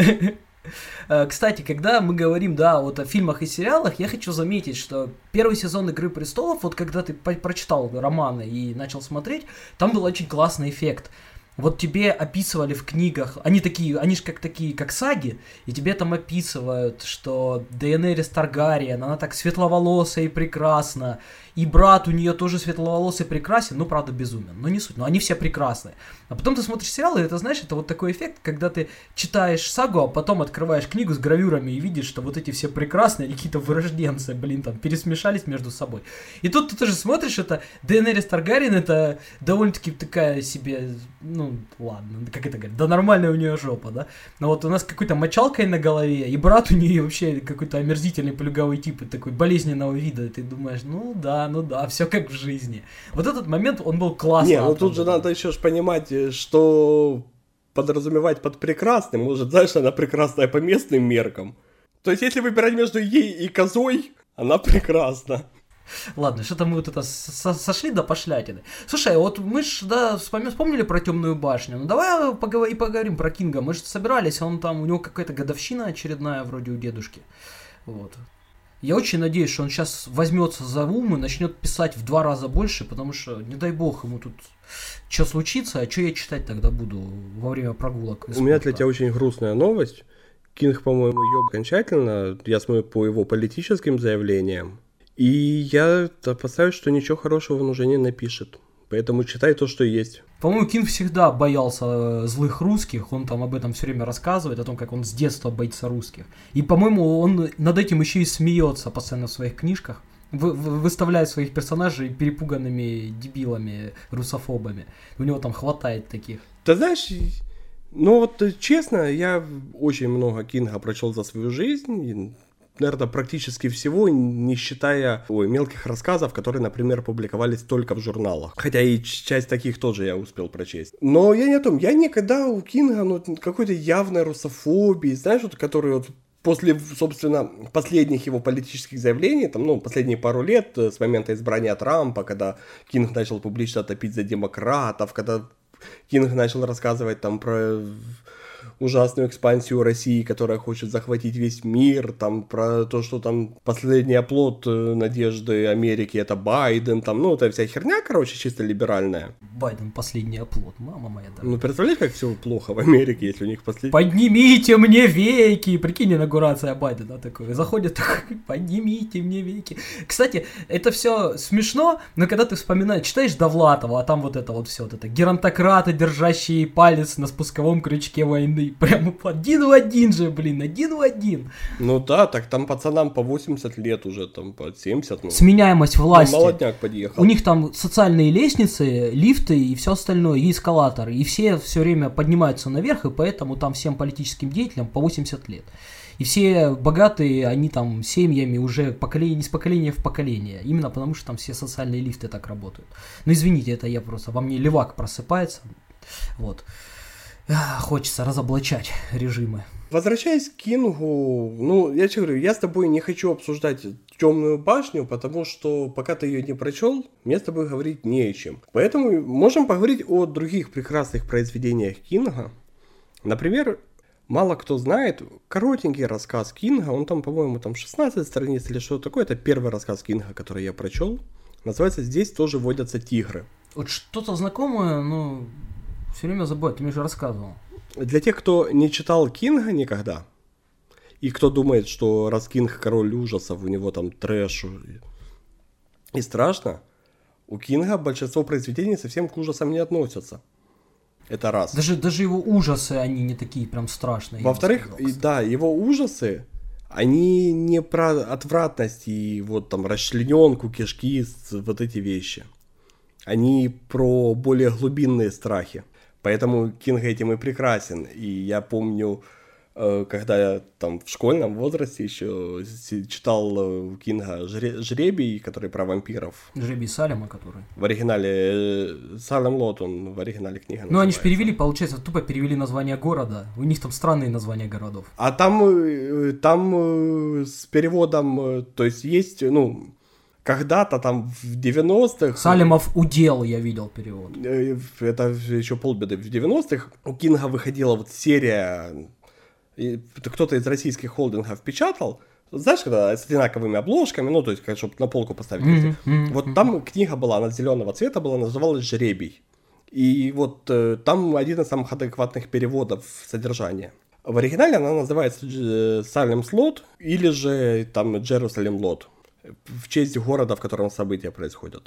B: Да.
A: Кстати, когда мы говорим, да, вот о фильмах и сериалах, я хочу заметить, что первый сезон «Игры престолов», вот когда ты по- прочитал романы и начал смотреть, там был очень классный эффект. Вот тебе описывали в книгах, они такие, они же как такие, как саги, и тебе там описывают, что Дейенерис Таргариен, она так светловолосая и прекрасна, и брат у нее тоже светловолосый и прекрасен, ну, правда, безумен, но не суть, но они все прекрасны. А потом ты смотришь сериалы, и это, знаешь, это вот такой эффект, когда ты читаешь сагу, а потом открываешь книгу с гравюрами и видишь, что вот эти все прекрасные, они какие-то вырожденцы, блин, там, пересмешались между собой. И тут ты тоже смотришь, это Дейенерис Таргариен, это довольно-таки такая себе, ну, ладно, как это говорят, да нормальная у нее жопа, да? Но вот у нас какой-то мочалкой на голове, и брат у нее вообще какой-то омерзительный плюгавый тип, такой болезненного вида, и ты думаешь, ну да, ну да, все как в жизни. Вот этот момент, он был классный.
B: Не, ну тут же надо еще ж понимать, что подразумевать под прекрасным, может, знаешь, она прекрасная по местным меркам. То есть, если выбирать между ей и козой, она прекрасна.
A: Ладно, что-то мы вот это сошли до пошлятины. Слушай, вот мы ж, да, вспомнили про Темную башню. Ну давай поговор- поговорим про Кинга. Мы же собирались, он там, у него какая-то годовщина очередная вроде у дедушки. Вот. Я очень надеюсь, что он сейчас возьмется за ум и начнет писать в два раза больше, потому что, не дай бог, ему тут что случится, а что я читать тогда буду во время прогулок?
B: У меня для тебя очень грустная новость. Кинг, по-моему, ёб окончательно, я смотрю по его политическим заявлениям. И я опасаюсь, что ничего хорошего он уже не напишет. Поэтому читай то, что есть.
A: По-моему, Кинг всегда боялся злых русских, он там об этом все время рассказывает, о том, как он с детства боится русских. И, по-моему, он над этим еще и смеется постоянно в своих книжках, вы, выставляет своих персонажей перепуганными дебилами, русофобами. У него там хватает таких.
B: Ты знаешь, ну вот честно, я очень много Кинга прочел за свою жизнь. Наверное, практически всего, не считая ой, мелких рассказов, которые, например, публиковались только в журналах. Хотя и часть таких тоже я успел прочесть. Но я не о том, я никогда у Кинга ну, какой-то явной русофобии, знаешь, вот, который вот после, собственно, последних его политических заявлений, там, ну, последние пару лет, с момента избрания Трампа, когда Кинг начал публично топить за демократов, когда Кинг начал рассказывать там про ужасную экспансию России, которая хочет захватить весь мир, там про то, что там последний оплот надежды Америки это Байден, там, ну, это вся херня, короче, чисто либеральная.
A: Байден последний оплот, мама моя дорогая.
B: Ну, представляешь, как все плохо в Америке, если у них последний...
A: Поднимите мне веки! Прикинь, инаугурация Байдена такой. Заходит такой, поднимите мне веки. Кстати, это все смешно, но когда ты вспоминаешь, читаешь Довлатова, а там вот это вот все, вот это геронтократы, держащие палец на спусковом крючке войны. Прямо один в один же, блин, один в один.
B: Ну да, так там пацанам по восемьдесят лет уже, там по семьдесят. Ну,
A: сменяемость власти.
B: Ну, молодняк подъехал.
A: У них там социальные лестницы, лифты и все остальное, и эскалаторы. И все все время поднимаются наверх, и поэтому там всем политическим деятелям по восемьдесят лет. И все богатые, они там семьями уже поколение, не с поколения в поколение. Именно потому, что там все социальные лифты так работают. Ну извините, это я просто, во мне левак просыпается. Вот. Хочется разоблачать режимы.
B: Возвращаясь к Кингу, ну, я тебе говорю, я с тобой не хочу обсуждать «Темную башню», потому что пока ты ее не прочел, мне с тобой говорить не о чем. Поэтому можем поговорить о других прекрасных произведениях Кинга. Например, мало кто знает, коротенький рассказ Кинга, он там, по-моему, там шестнадцать страниц или что-то такое, это первый рассказ Кинга, который я прочел. Называется «Здесь тоже водятся тигры».
A: Вот что-то знакомое, но все время забываю, ты мне же рассказывал.
B: Для тех, кто не читал Кинга никогда, и кто думает, что раз Кинг король ужасов, у него там трэш и страшно, у Кинга большинство произведений совсем к ужасам не относятся. Это раз.
A: Даже, даже его ужасы, они не такие прям страшные.
B: Во-вторых, сказал, да, его ужасы, они не про отвратность и вот там расчлененку, кишки, вот эти вещи. Они про более глубинные страхи. Поэтому Кинг этим и прекрасен. И я помню, когда я там в школьном возрасте еще читал у Кинга «Жребий», который про вампиров.
A: «Жребий Салема», который.
B: В оригинале Салем Лот, он в оригинале книга называется.
A: Ну, они же перевели, получается, тупо перевели название города. У них там странные названия городов.
B: А там, там с переводом, то есть есть, ну... Когда-то там в девяностых...
A: Салемов удел, я видел перевод.
B: Это еще полбеды. В девяностых у Кинга выходила вот серия... Кто-то из российских холдингов печатал. Знаешь, когда с одинаковыми обложками, ну, то есть, чтобы на полку поставить. Mm-hmm, mm-hmm, вот mm-hmm. Там книга была, она зеленого цвета была, называлась «Жребий». И вот там один из самых адекватных переводов содержания. В оригинале она называется «Салем Слот» или же там «Джерусалем Лот». В честь города, в котором события происходят.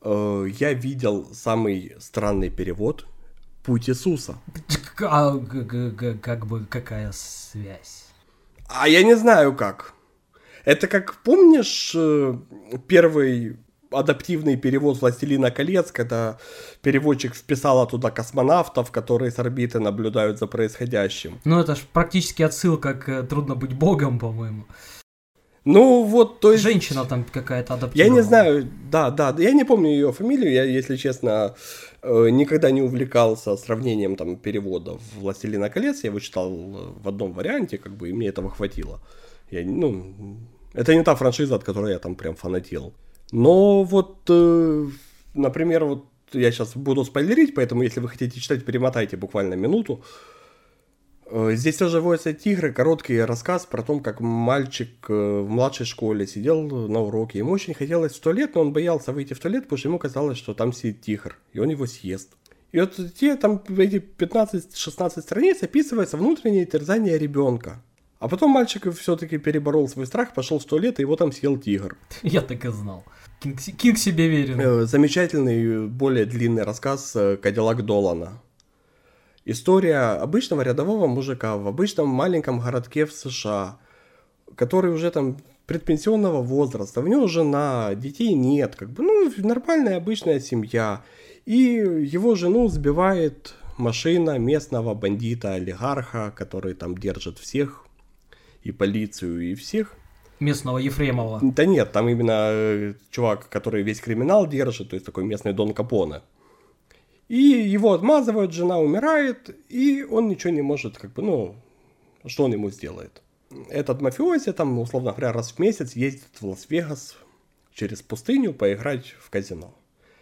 B: Я видел самый странный перевод «Путь Иисуса».
A: А, как бы, какая связь?
B: А я не знаю как. Это как, помнишь, первый адаптивный перевод «Властелина колец», когда переводчик вписал туда космонавтов, которые с орбиты наблюдают за происходящим.
A: Ну, это ж практически отсылка к «Трудно быть богом», по-моему.
B: Ну, вот, то есть...
A: Женщина там какая-то адаптировала.
B: Я не знаю, да, да, я не помню ее фамилию, я, если честно, никогда не увлекался сравнением там переводов «Властелина колец», я его читал в одном варианте, как бы, и мне этого хватило. Я, ну, это не та франшиза, от которой я там прям фанател. Но вот, например, вот я сейчас буду спойлерить, поэтому, если вы хотите читать, перемотайте буквально минуту. Здесь тоже водятся тигры, короткий рассказ про то, как мальчик в младшей школе сидел на уроке. Ему очень хотелось в туалет, но он боялся выйти в туалет, потому что ему казалось, что там сидит тигр, и он его съест. И вот те там эти пятнадцать-шестнадцать страниц описывается внутреннее терзание ребенка. А потом мальчик все-таки переборол свой страх, пошел в туалет, и его там съел тигр.
A: Я так и знал. Кинг, Кинг себе верен.
B: Замечательный, более длинный рассказ «Кадиллак Долана». История обычного рядового мужика в обычном маленьком городке в США, который уже там предпенсионного возраста, у него жена, детей нет, как бы, ну, нормальная обычная семья. И его жену сбивает машина местного бандита-олигарха, который там держит всех, и полицию, и всех.
A: Местного Ефремова.
B: Да нет, там именно э, чувак, который весь криминал держит, то есть такой местный Дон Капоне. И его отмазывают, жена умирает, и он ничего не может, как бы, ну, что он ему сделает? Этот мафиози, там, условно говоря, раз в месяц ездит в Лас-Вегас через пустыню поиграть в казино.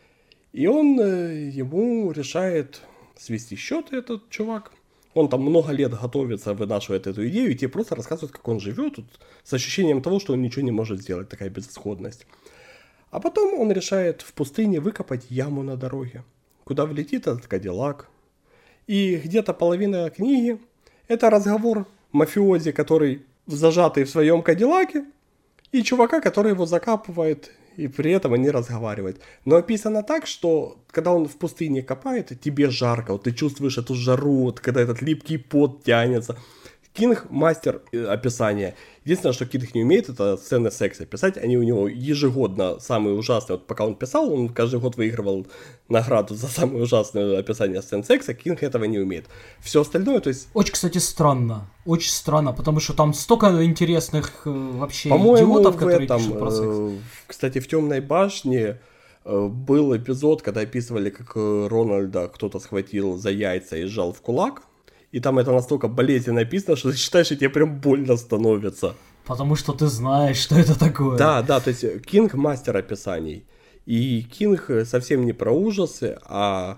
B: И он, э, ему решает свести счеты, этот чувак. Он там много лет готовится, вынашивает эту идею, и тебе просто рассказывают, как он живет, тут, с ощущением того, что он ничего не может сделать, такая безысходность. А потом он решает в пустыне выкопать яму на дороге, куда влетит этот Кадиллак. И где-то половина книги – это разговор мафиози, который зажатый в своем Кадиллаке, и чувака, который его закапывает, и при этом они разговаривают. Но описано так, что когда он в пустыне копает, тебе жарко, вот ты чувствуешь эту жару, вот, когда этот липкий пот тянется. Кинг мастер описания. Единственное, что Кинг не умеет, это сцены секса писать. Они у него ежегодно самые ужасные. Вот пока он писал, он каждый год выигрывал награду за самое ужасное описание сцен секса. Кинг этого не умеет. Все остальное, то есть...
A: Очень, кстати, странно. Очень странно, потому что там столько интересных вообще
B: По-моему,
A: идиотов,
B: в
A: которые
B: этом,
A: пишут про секс.
B: Э, кстати, в «Темной башне» э, был эпизод, когда описывали, как Рональда кто-то схватил за яйца и сжал в кулак. И там это настолько болезненно написано, что ты считаешь, и тебе прям больно становится.
A: Потому что ты знаешь, что это такое.
B: Да, да, то есть Кинг мастер описаний. И Кинг совсем не про ужасы, а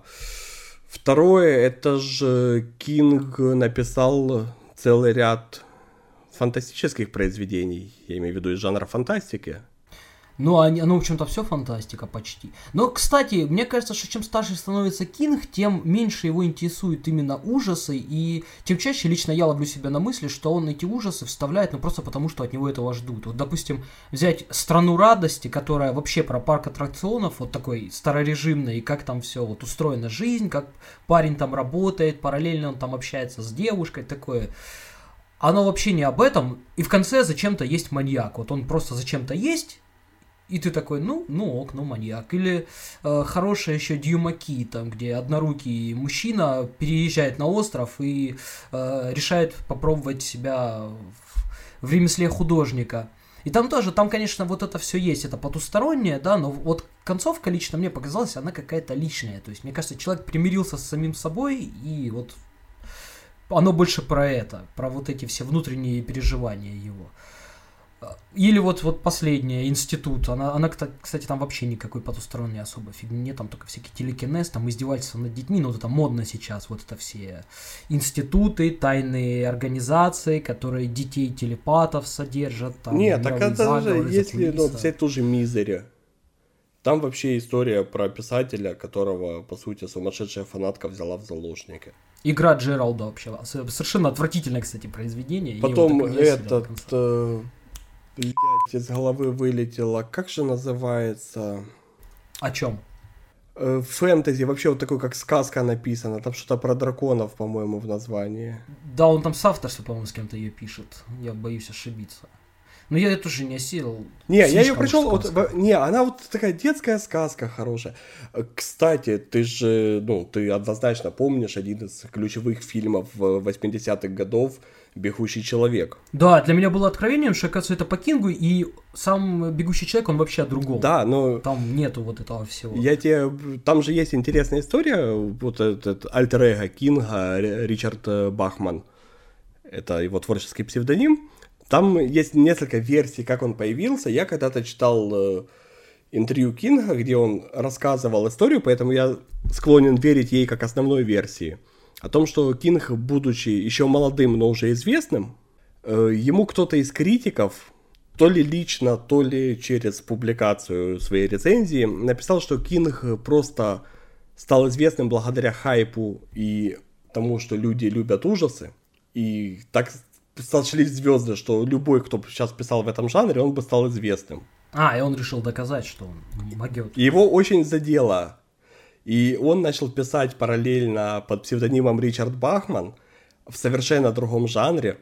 B: второе, это же Кинг написал целый ряд фантастических произведений, я имею в виду из жанра фантастики.
A: Ну, они, ну, в общем-то, все фантастика почти. Но, кстати, мне кажется, что чем старше становится Кинг, тем меньше его интересуют именно ужасы, и тем чаще лично я ловлю себя на мысли, что он эти ужасы вставляет, ну, просто потому, что от него этого ждут. Вот, допустим, взять «Страну радости», которая вообще про парк аттракционов, вот такой старорежимный, и как там все вот устроена жизнь, как парень там работает, параллельно он там общается с девушкой, такое... Оно вообще не об этом, и в конце зачем-то есть маньяк. Вот он просто зачем-то есть, и ты такой, ну, ну ок, ну маньяк. Или э, хорошая еще Дьюмаки, там, где однорукий мужчина переезжает на остров и э, решает попробовать себя в, в ремесле художника. И там тоже, там, конечно, вот это все есть, это потустороннее, да, но вот концовка лично мне показалась, она какая-то личная. То есть, мне кажется, человек примирился с самим собой, и вот оно больше про это, про вот эти все внутренние переживания его. Или вот, вот последняя, «Институт», она, она, кстати, там вообще никакой потусторонней особо фигни нет, там только всякий телекинез, там издевательства над детьми, ну, вот это модно сейчас, вот это все институты, тайные организации, которые детей-телепатов содержат. Там,
B: нет, так это же, если ну, взять ту же «Мизери», там вообще история про писателя, которого, по сути, сумасшедшая фанатка взяла в заложники.
A: Игра Джералда вообще, совершенно отвратительное, кстати, произведение.
B: Потом этот... Блять, из головы вылетело. Как же называется?
A: О чем?
B: Э, фэнтези, вообще вот такой, как сказка написана. Там что-то про драконов, по-моему, в названии.
A: Да, он там с авторства, по-моему, с кем-то ее пишет. Я боюсь ошибиться. Но я это тоже не осилил.
B: Не, я ее прочел, вот, не, она вот такая детская сказка хорошая. Кстати, ты же, ну, ты однозначно помнишь один из ключевых фильмов восьмидесятых годов «Бегущий человек».
A: Да, для меня было откровением, что, оказывается, это по Кингу, и сам «Бегущий человек», он вообще о другом.
B: Да, но...
A: Там нету вот этого всего.
B: Я тебе... Там же есть интересная история, вот этот альтер-эго Кинга, Ричард Бахман. Это его творческий псевдоним. Там есть несколько версий, как он появился. Я когда-то читал э, интервью Кинга, где он рассказывал историю, поэтому я склонен верить ей как основной версии. О том, что Кинг, будучи еще молодым, но уже известным, э, ему кто-то из критиков, то ли лично, то ли через публикацию своей рецензии, написал, что Кинг просто стал известным благодаря хайпу и тому, что люди любят ужасы. И так сошлись звезды, что любой, кто сейчас писал в этом жанре, он бы стал известным.
A: А, и он решил доказать, что он могет.
B: Его очень задело. И он начал писать параллельно под псевдонимом Ричард Бахман в совершенно другом жанре.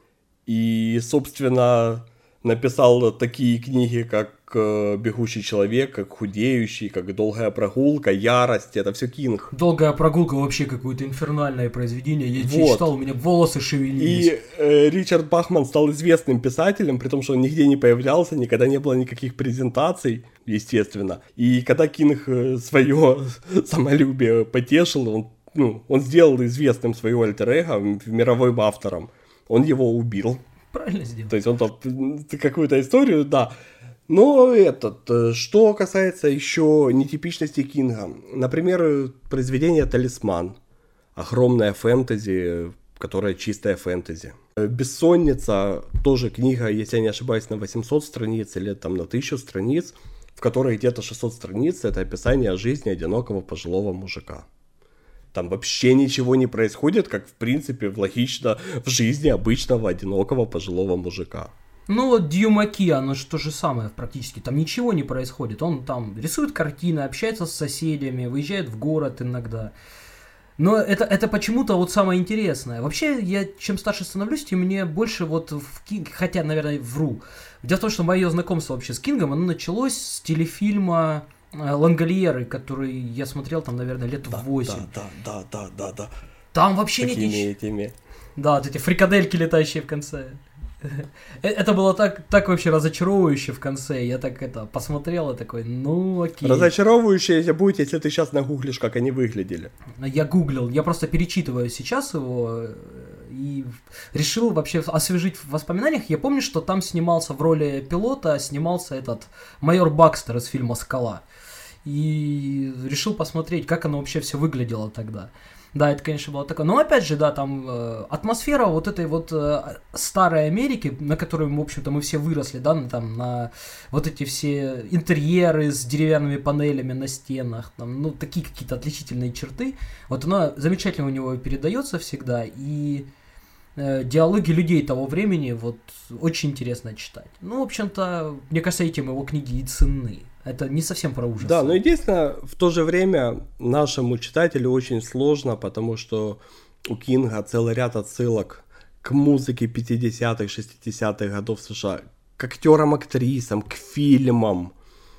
B: И, собственно, написал такие книги, как «Бегущий человек», как «Худеющий», как «Долгая прогулка», «Ярость». Это все Кинг.
A: «Долгая прогулка» вообще какое-то инфернальное произведение. Я вот. читал, у меня волосы шевелились.
B: И э, Ричард Бахман стал известным писателем, при том, что он нигде не появлялся, никогда не было никаких презентаций, естественно. И когда Кинг свое самолюбие потешил, он, ну, он сделал известным свое альтер-эго мировым автором. Он его убил.
A: Правильно сделал.
B: То есть он там какую-то историю, да. Но этот, что касается еще нетипичности Кинга. Например, произведение «Талисман». Огромная фэнтези, которая чистая фэнтези. «Бессонница» тоже книга, если я не ошибаюсь, на восемьсот страниц или там на тысячу страниц, в которой где-то шестьсот страниц это описание жизни одинокого пожилого мужика. Там вообще ничего не происходит, как в принципе логично в жизни обычного одинокого пожилого мужика.
A: Ну вот Дьюмаки, оно же то же самое практически, там ничего не происходит, он там рисует картины, общается с соседями, выезжает в город иногда. Но это, это почему-то вот самое интересное. Вообще, я чем старше становлюсь, тем мне больше вот в Кинг, хотя, наверное, вру. Дело в том, что мое знакомство вообще с Кингом, оно началось с телефильма «Лангольеры», который я смотрел там, наверное, лет
B: да,
A: восемь.
B: Да, да, да, да, да.
A: Там вообще
B: Такими
A: нет
B: этими.
A: Да, вот эти фрикадельки, летающие в конце. Это было так, так вообще разочаровывающе в конце. Я так это посмотрел и такой, ну окей.
B: Разочаровывающе будет, если ты сейчас нагуглишь, как они выглядели.
A: Я гуглил, я просто перечитываю сейчас его и решил вообще освежить в воспоминаниях. Я помню, что там снимался в роли пилота, снимался этот майор Бакстер из фильма «Скала». И решил посмотреть, как оно вообще все выглядело тогда. Да, это, конечно, было такое. Но опять же, да, там э, атмосфера вот этой вот э, старой Америки, на которой, в общем-то, мы все выросли, да, на, там, на вот эти все интерьеры с деревянными панелями на стенах, там, ну, такие какие-то отличительные черты. Вот она замечательно у него передается всегда, и э, диалоги людей того времени вот очень интересно читать. Ну, в общем-то, мне кажется, этим его книги и ценны. Это не совсем про ужас.
B: Да, но единственное, в то же время нашему читателю очень сложно, потому что у Кинга целый ряд отсылок к музыке пятидесятых, шестидесятых годов США, к актерам, актрисам, к фильмам.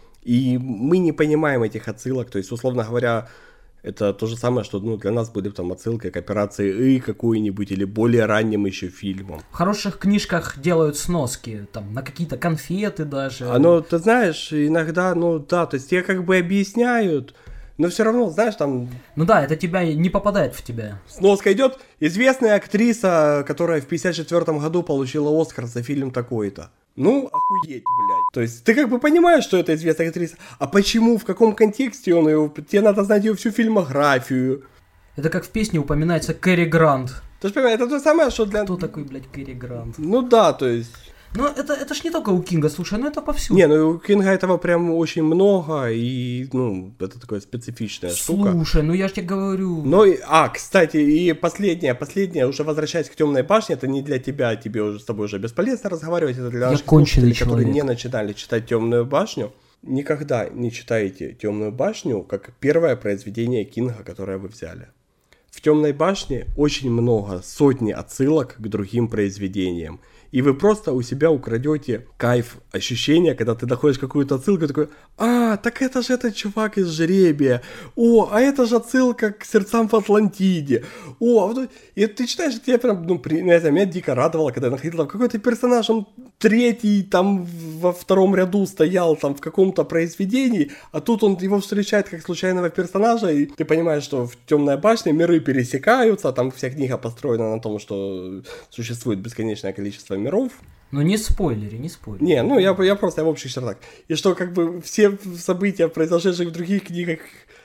B: И мы не понимаем этих отсылок. То есть, условно говоря, это то же самое, что ну, для нас будет там отсылка к операции И какой-нибудь или более ранним еще фильмам.
A: В хороших книжках делают сноски, там, на какие-то конфеты даже.
B: Оно, ты знаешь, иногда, ну да, то есть тебе как бы объясняют, но все равно, знаешь, там...
A: Ну да, это тебя не попадает в тебя.
B: Сноска идет, известная актриса, которая в пятьдесят четвёртом году получила Оскар за фильм такой-то. Ну, охуеть, блядь. То есть ты как бы понимаешь, что это известная актриса, а почему, в каком контексте он ее... Тебе надо знать ее всю фильмографию.
A: Это как в песне упоминается Кэрри Грант.
B: Ты же понимаешь, это то самое, что для...
A: Кто такой, блядь, Кэрри Грант?
B: Ну да, то есть...
A: Ну, это, это ж не только у Кинга, слушай, ну это повсюду.
B: Не, ну у Кинга этого прям очень много, и, ну, это такая специфичная
A: слушай,
B: штука.
A: Слушай, ну я ж тебе говорю.
B: Ну, и, а, кстати, и последнее, последнее, уже возвращаясь к «Темной башне», это не для тебя, тебе уже с тобой уже бесполезно разговаривать, это для наших слушателей, которые не начинали читать «Темную башню». Никогда не читайте «Темную башню» как первое произведение Кинга, которое вы взяли. В «Темной башне» очень много, сотни отсылок к другим произведениям. И вы просто у себя украдете кайф, ощущение, когда ты находишь какую-то отсылку, такой, а, так это же этот чувак из «Жребия», о, а это же отсылка к «Сердцам в Атлантиде», о, и ты читаешь, это я прям, ну, при, не знаю, меня дико радовало, когда я находил какой-то персонаж, он третий, там, во втором ряду стоял, там, в каком-то произведении, а тут он его встречает как случайного персонажа, и ты понимаешь, что в «Темной башне» миры пересекаются, там вся книга построена на том, что существует бесконечное количество миров.
A: Ну не спойлери, не спойлери.
B: Не, ну я, я просто я в общих чертах. И что как бы все события, произошедшие в других книгах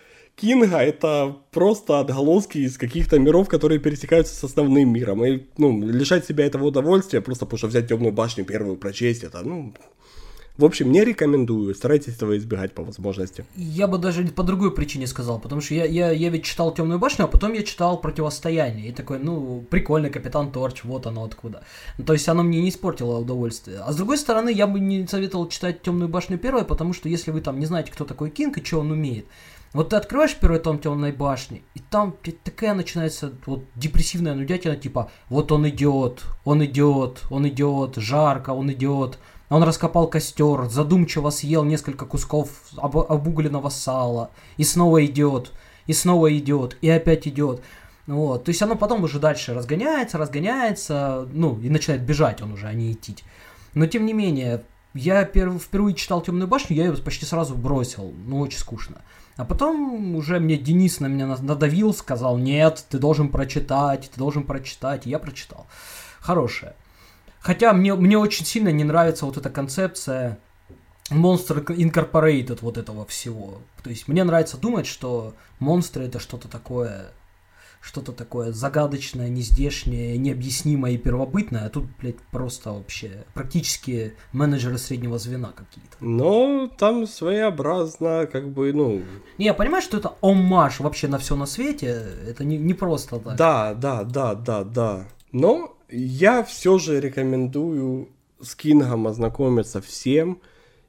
B: Кинга, это просто отголоски из каких-то миров, которые пересекаются с основным миром. И, ну, лишать себя этого удовольствия, просто потому что взять «Темную башню» первую прочесть, это, ну, В общем, не рекомендую, старайтесь этого избегать по возможности.
A: Я бы даже по другой причине сказал, потому что я, я, я ведь читал «Темную башню», а потом я читал «Противостояние», и такой, ну, прикольный Капитан Торч, вот оно откуда. То есть оно мне не испортило удовольствие. А с другой стороны, я бы не советовал читать «Темную башню» первой, потому что если вы там не знаете, кто такой Кинг и что он умеет, вот ты открываешь первый том «Темной башни», и там такая начинается вот депрессивная нудятина, типа «вот он идет, он идет, он идет, жарко, он идет». Он раскопал костер, задумчиво съел несколько кусков об- обугленного сала, и снова идет, и снова идет, и опять идет. Вот. То есть оно потом уже дальше разгоняется, разгоняется, ну, и начинает бежать он уже, а не идти. Но тем не менее, я перв- впервые читал «Темную башню», я ее почти сразу бросил, ну, очень скучно. А потом уже мне Денис на меня надавил, сказал, нет, ты должен прочитать, ты должен прочитать, и я прочитал. Хорошая. Хотя мне, мне очень сильно не нравится вот эта концепция Monster Incorporated вот этого всего. То есть мне нравится думать, что монстры это что-то такое, что-то такое загадочное, нездешнее, необъяснимое и первобытное, а тут, блядь, просто вообще практически менеджеры среднего звена какие-то.
B: Но там своеобразно, как бы, ну...
A: Не, я понимаю, что это оммаж вообще на все на свете, это не, не просто так.
B: Да, да, да, да, да. Но я все же рекомендую с Кингом ознакомиться всем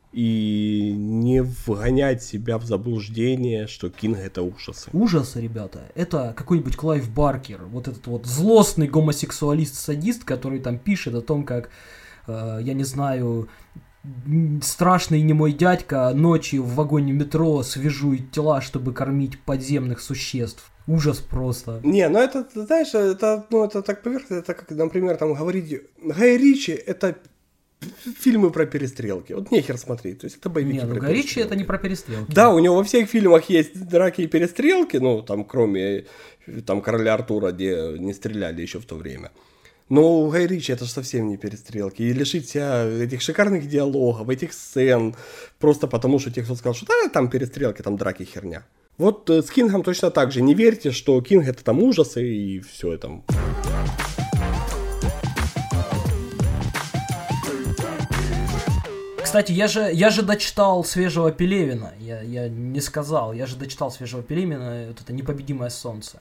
B: и не вгонять себя в заблуждение, что Кинг это ужасы.
A: Ужасы, ребята, это какой-нибудь Клайв Баркер, вот этот вот злостный гомосексуалист-садист, который там пишет о том, как, э, я не знаю, страшный немой дядька ночью в вагоне метро свежует тела, чтобы кормить подземных существ. Ужас просто.
B: Не, ну это, знаешь, это, ну, это так поверхностно, это как, например, там говорить, Гай Ричи это фильмы про перестрелки. Вот нехер смотреть. То есть это боевики.
A: Не, ну Гай Ричи это не про перестрелки.
B: Да, у него во всех фильмах есть драки и перестрелки, ну, там, кроме там Короля Артура, где не стреляли еще в то время. Но у Гай Ричи это же совсем не перестрелки. И лишить себя этих шикарных диалогов, этих сцен, просто потому что те, кто сказал, что да, там перестрелки, там драки, херня. Вот с Кингом точно так же. Не верьте, что Кинг это там ужасы и все это.
A: Кстати, я же, я же дочитал свежего Пелевина. Я, я не сказал. Я же дочитал свежего Пелевина. Вот это «Непобедимое солнце».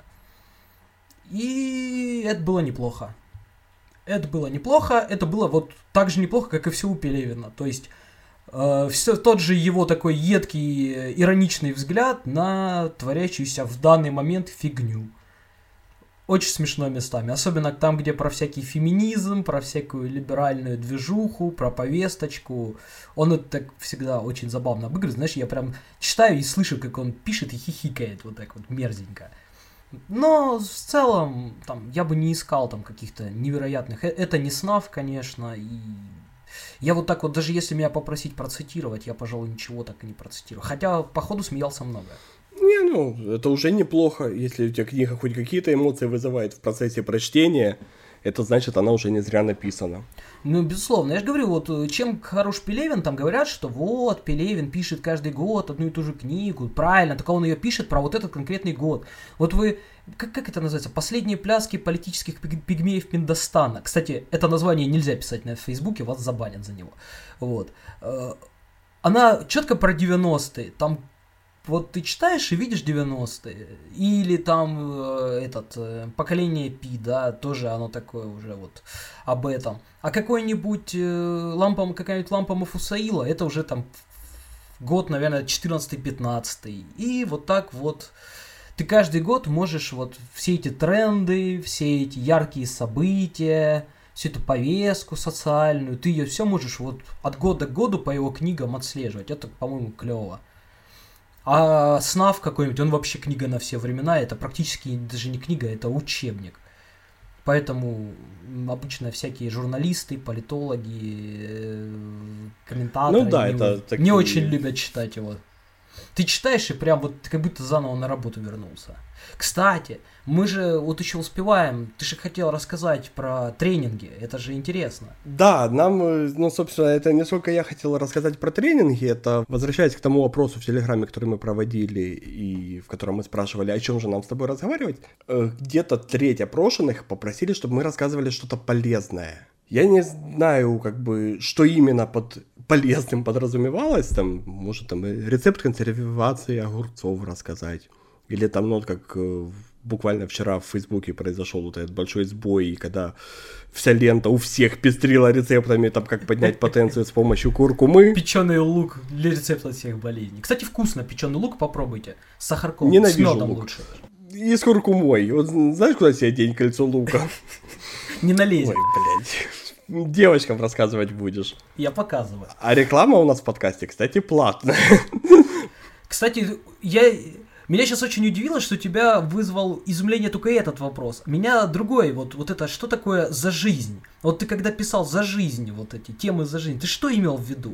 A: И это было неплохо. Это было неплохо. Это было вот так же неплохо, как и все у Пелевина. То есть э, все тот же его такой едкий, ироничный взгляд на творящуюся в данный момент фигню. Очень смешно местами. Особенно там, где про всякий феминизм, про всякую либеральную движуху, про повесточку. Он это так всегда очень забавно обыгрывает. Знаешь, я прям читаю и слышу, как он пишет и хихикает вот так вот мерзенько. Но в целом, там, я бы не искал там каких-то невероятных... Это не СНАФ, конечно, и... Я вот так вот, даже если меня попросить процитировать, я, пожалуй, ничего так и не процитирую. Хотя, походу, смеялся много.
B: Не, ну, это уже неплохо. Если у тебя книга хоть какие-то эмоции вызывает в процессе прочтения, это значит, она уже не зря написана.
A: Ну, безусловно. Я же говорю, вот чем хорош Пелевин, там говорят, что вот, Пелевин пишет каждый год одну и ту же книгу. Правильно, только он ее пишет про вот этот конкретный год. Вот вы, как, как это называется? «Последние пляски политических пигмеев Пиндостана». Кстати, это название нельзя писать на Фейсбуке, вас забанят за него. Вот. Она четко про девяностые, там... Вот ты читаешь и видишь девяностые, или там э, этот, э, поколение Пи, да, тоже оно такое уже вот об этом. А какой-нибудь э, лампа, какая-нибудь лампа Мафусаила, это уже там год, наверное, четырнадцатый-пятнадцатый. И вот так вот ты каждый год можешь вот все эти тренды, все эти яркие события, всю эту повестку социальную, ты ее все можешь вот от года к году по его книгам отслеживать. Это, по-моему, клево. А СНАФ какой-нибудь, он вообще книга на все времена, это практически даже не книга, это учебник. Поэтому обычно всякие журналисты, политологи, комментаторы
B: ну, да,
A: не,
B: это такие...
A: не очень любят читать его. Ты читаешь и прям вот как будто заново на работу вернулся. Кстати, мы же вот еще успеваем, ты же хотел рассказать про тренинги, это же интересно.
B: Да, нам, ну, собственно, это не сколько я хотел рассказать про тренинги, это возвращаясь к тому вопросу в Телеграме, который мы проводили и в котором мы спрашивали, о чем же нам с тобой разговаривать, где-то треть опрошенных попросили, чтобы мы рассказывали что-то полезное. Я не знаю, как бы, что именно под полезным подразумевалось, там, может, там, рецепт консервации огурцов рассказать, или там, ну, как э, буквально вчера в Фейсбуке произошел вот этот большой сбой, когда вся лента у всех пестрила рецептами, там, как поднять потенцию с помощью куркумы.
A: Печеный лук для рецепта всех болезней. Кстати, вкусно, печеный лук попробуйте, с сахарком,
B: Ненавижу
A: с медом
B: лук.
A: лучше.
B: И с куркумой. Вот знаешь, куда себе день кольцо лука?
A: Не налезет.
B: Ой, блядь. Девочкам рассказывать будешь.
A: Я показываю.
B: А реклама у нас в подкасте, кстати, платная.
A: Кстати, я... Меня сейчас очень удивило, что тебя вызвал изумление только этот вопрос. Меня другой, вот, вот это, что такое за жизнь? Вот ты когда писал за жизнь, вот эти темы за жизнь, ты что имел в виду?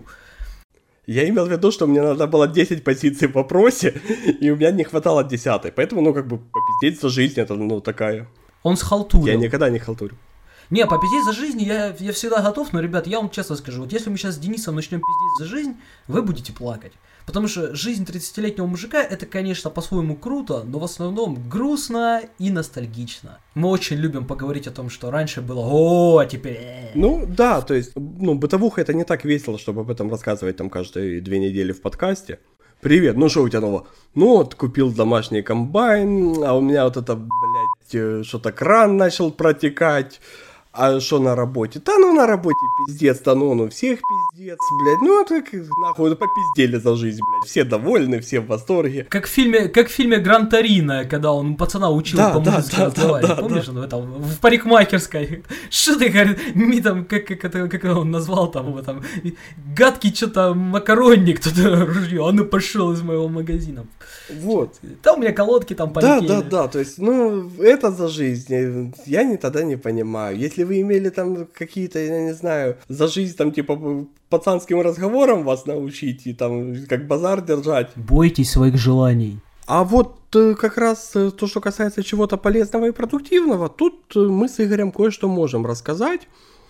B: Я имел в виду, что мне надо было десять позиций в вопросе, и у меня не хватало десятой. Поэтому, ну, как бы, попиздеть за жизнь, это, ну, такая...
A: Он схалтурил.
B: Я никогда не халтурю.
A: Не, попиздеть за жизнь я, я всегда готов, но, ребят, я вам честно скажу, вот если мы сейчас с Денисом начнем пиздеть за жизнь, вы будете плакать. Потому что жизнь тридцатилетнего мужика, это, конечно, по-своему круто, но в основном грустно и ностальгично. Мы очень любим поговорить о том, что раньше было «О, а теперь...»
B: Ну, да, то есть, ну, бытовуха это не так весело, чтобы об этом рассказывать там каждые две недели в подкасте. Привет, ну что у тебя нового? Ну вот, купил домашний комбайн, а у меня вот это, блядь, что-то кран начал протекать. А что на работе? Да ну на работе пиздец, да ну, ну всех пиздец, блядь. Ну это нахуй, ну попиздели за жизнь, блядь. Все довольны, все в восторге.
A: Как в фильме, как в фильме Гран Торино, когда он пацана учил
B: да,
A: по-мужски
B: да,
A: разговаривать.
B: Да, да,
A: помнишь,
B: да.
A: он в, этом, в парикмахерской? Что ты, говорит, ми там, как, как, это, как он назвал там его там, гадкий что-то макаронник, кто-то ружье, он и пошел из моего магазина.
B: Вот.
A: Там у меня колодки там полетели.
B: Да, да, да, то есть, ну, это за жизнь. Я не тогда не понимаю. Если вы имели там какие-то, я не знаю, за жизнь там типа пацанским разговором вас научить и там как базар держать.
A: Бойтесь своих желаний.
B: А вот э, как раз э, то, что касается чего-то полезного и продуктивного, тут э, мы с Игорем кое-что можем рассказать.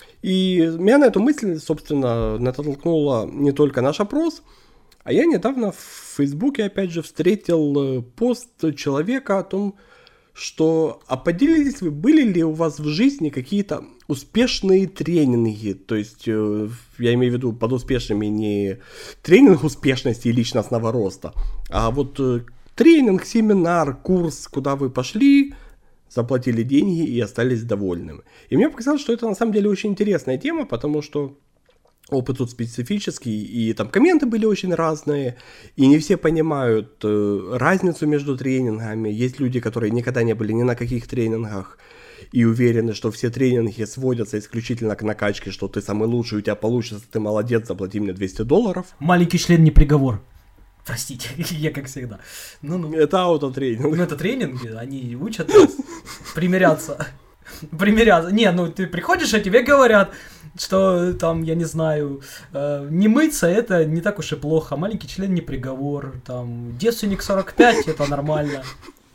B: И меня на эту мысль, собственно, натолкнула не только наш опрос, а я недавно в Фейсбуке, опять же, встретил э, пост человека о том, что, а поделитесь вы, были ли у вас в жизни какие-то успешные тренинги, то есть э, я имею в виду под успешными не тренинг успешности и личностного роста, а вот э, тренинг, семинар, курс, куда вы пошли, заплатили деньги и остались довольными. И мне показалось, что это на самом деле очень интересная тема, потому что опыт тут специфический, и там комменты были очень разные, и не все понимают э, разницу между тренингами. Есть люди, которые никогда не были ни на каких тренингах, и уверены, что все тренинги сводятся исключительно к накачке, что ты самый лучший, у тебя получится, ты молодец, заплати мне двести долларов.
A: Маленький член не приговор. Простите, я как всегда. Ну-ну.
B: Это аутотренинг.
A: Ну это тренинги, они учат нас примиряться. Примиряться. Не, ну ты приходишь, а тебе говорят, что там, я не знаю, э, не мыться это не так уж и плохо, маленький член не приговор, там, девственник сорок пять это нормально.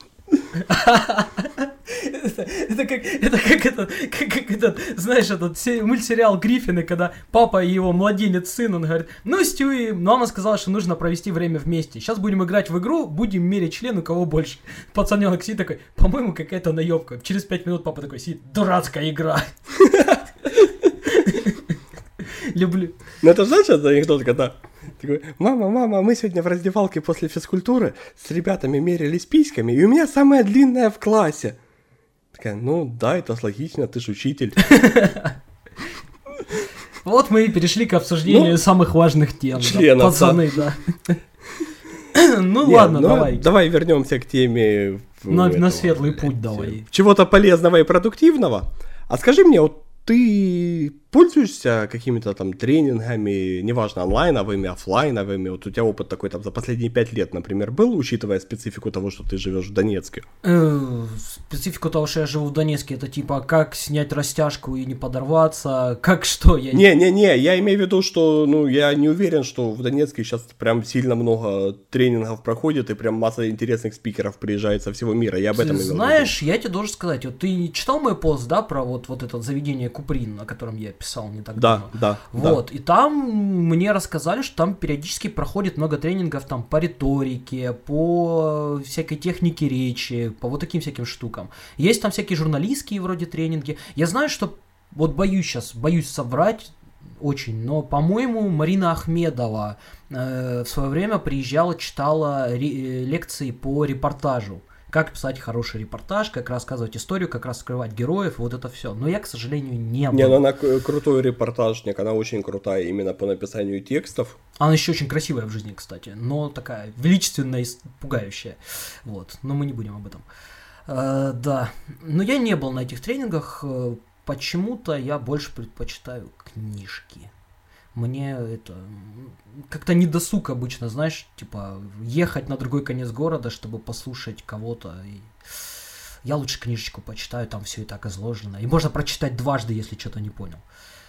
A: Это, это как, это как этот, как, как этот, знаешь, этот мультсериал Гриффины, когда папа и его младенец сын, он говорит, ну, Стюи, мама сказала, что нужно провести время вместе, сейчас будем играть в игру, будем мерить член, у кого больше. Пацанёнок сидит такой, по-моему, какая-то наёбка. Через пять минут папа такой сидит, дурацкая игра. Люблю.
B: Ну это знаешь, это анекдот, когда такой, мама, мама, мы сегодня в раздевалке после физкультуры с ребятами мерились письками, и у меня самая длинная в классе. Такая, ну да, это логично, ты ж учитель.
A: Вот мы и перешли к обсуждению ну, самых важных тем.
B: Членов,
A: да, пацаны, да. Ну
B: Нет,
A: ладно,
B: ну,
A: давай.
B: Давай вернемся к теме.
A: На,
B: этого,
A: на светлый путь давай.
B: Чего-то полезного и продуктивного. А скажи мне, вот ты пользуешься какими-то там тренингами, неважно, онлайновыми, офлайновыми? Вот у тебя опыт такой там за последние пять лет, например, был, учитывая специфику того, что ты живешь в Донецке?
A: Специфику того, что я живу в Донецке, это типа как снять растяжку и не подорваться, как что? Я...
B: Не-не-не, я имею в виду, что, ну, я не уверен, что в Донецке сейчас прям сильно много тренингов проходит, и прям масса интересных спикеров приезжает со всего мира, я об этом имел в виду.
A: Знаешь, я тебе должен сказать, вот ты читал мой пост, да, про вот, вот это заведение Куприн, о котором я писал не так давно?
B: Да, да.
A: Вот,
B: да.
A: И там мне рассказали, что там периодически проходит много тренингов там по риторике, по всякой технике речи, по вот таким всяким штукам. Есть там всякие журналистские вроде тренинги. Я знаю, что вот боюсь сейчас, боюсь соврать очень, но, по-моему, Марина Ахмедова э, в свое время приезжала, читала ре- лекции по репортажу. Как писать хороший репортаж, как рассказывать историю, как раскрывать героев, вот это все. Но я, к сожалению, не был.
B: Не, ну она крутой репортажник, она очень крутая именно по написанию текстов.
A: Она еще очень красивая в жизни, кстати, но такая величественная и пугающая. Вот, но мы не будем об этом. Э, да, но я не был на этих тренингах. Почему-то я больше предпочитаю книжки. Мне это как-то не досуг обычно, знаешь, типа ехать на другой конец города, чтобы послушать кого-то. И я лучше книжечку почитаю, там все и так изложено. И можно прочитать дважды, если что-то не понял.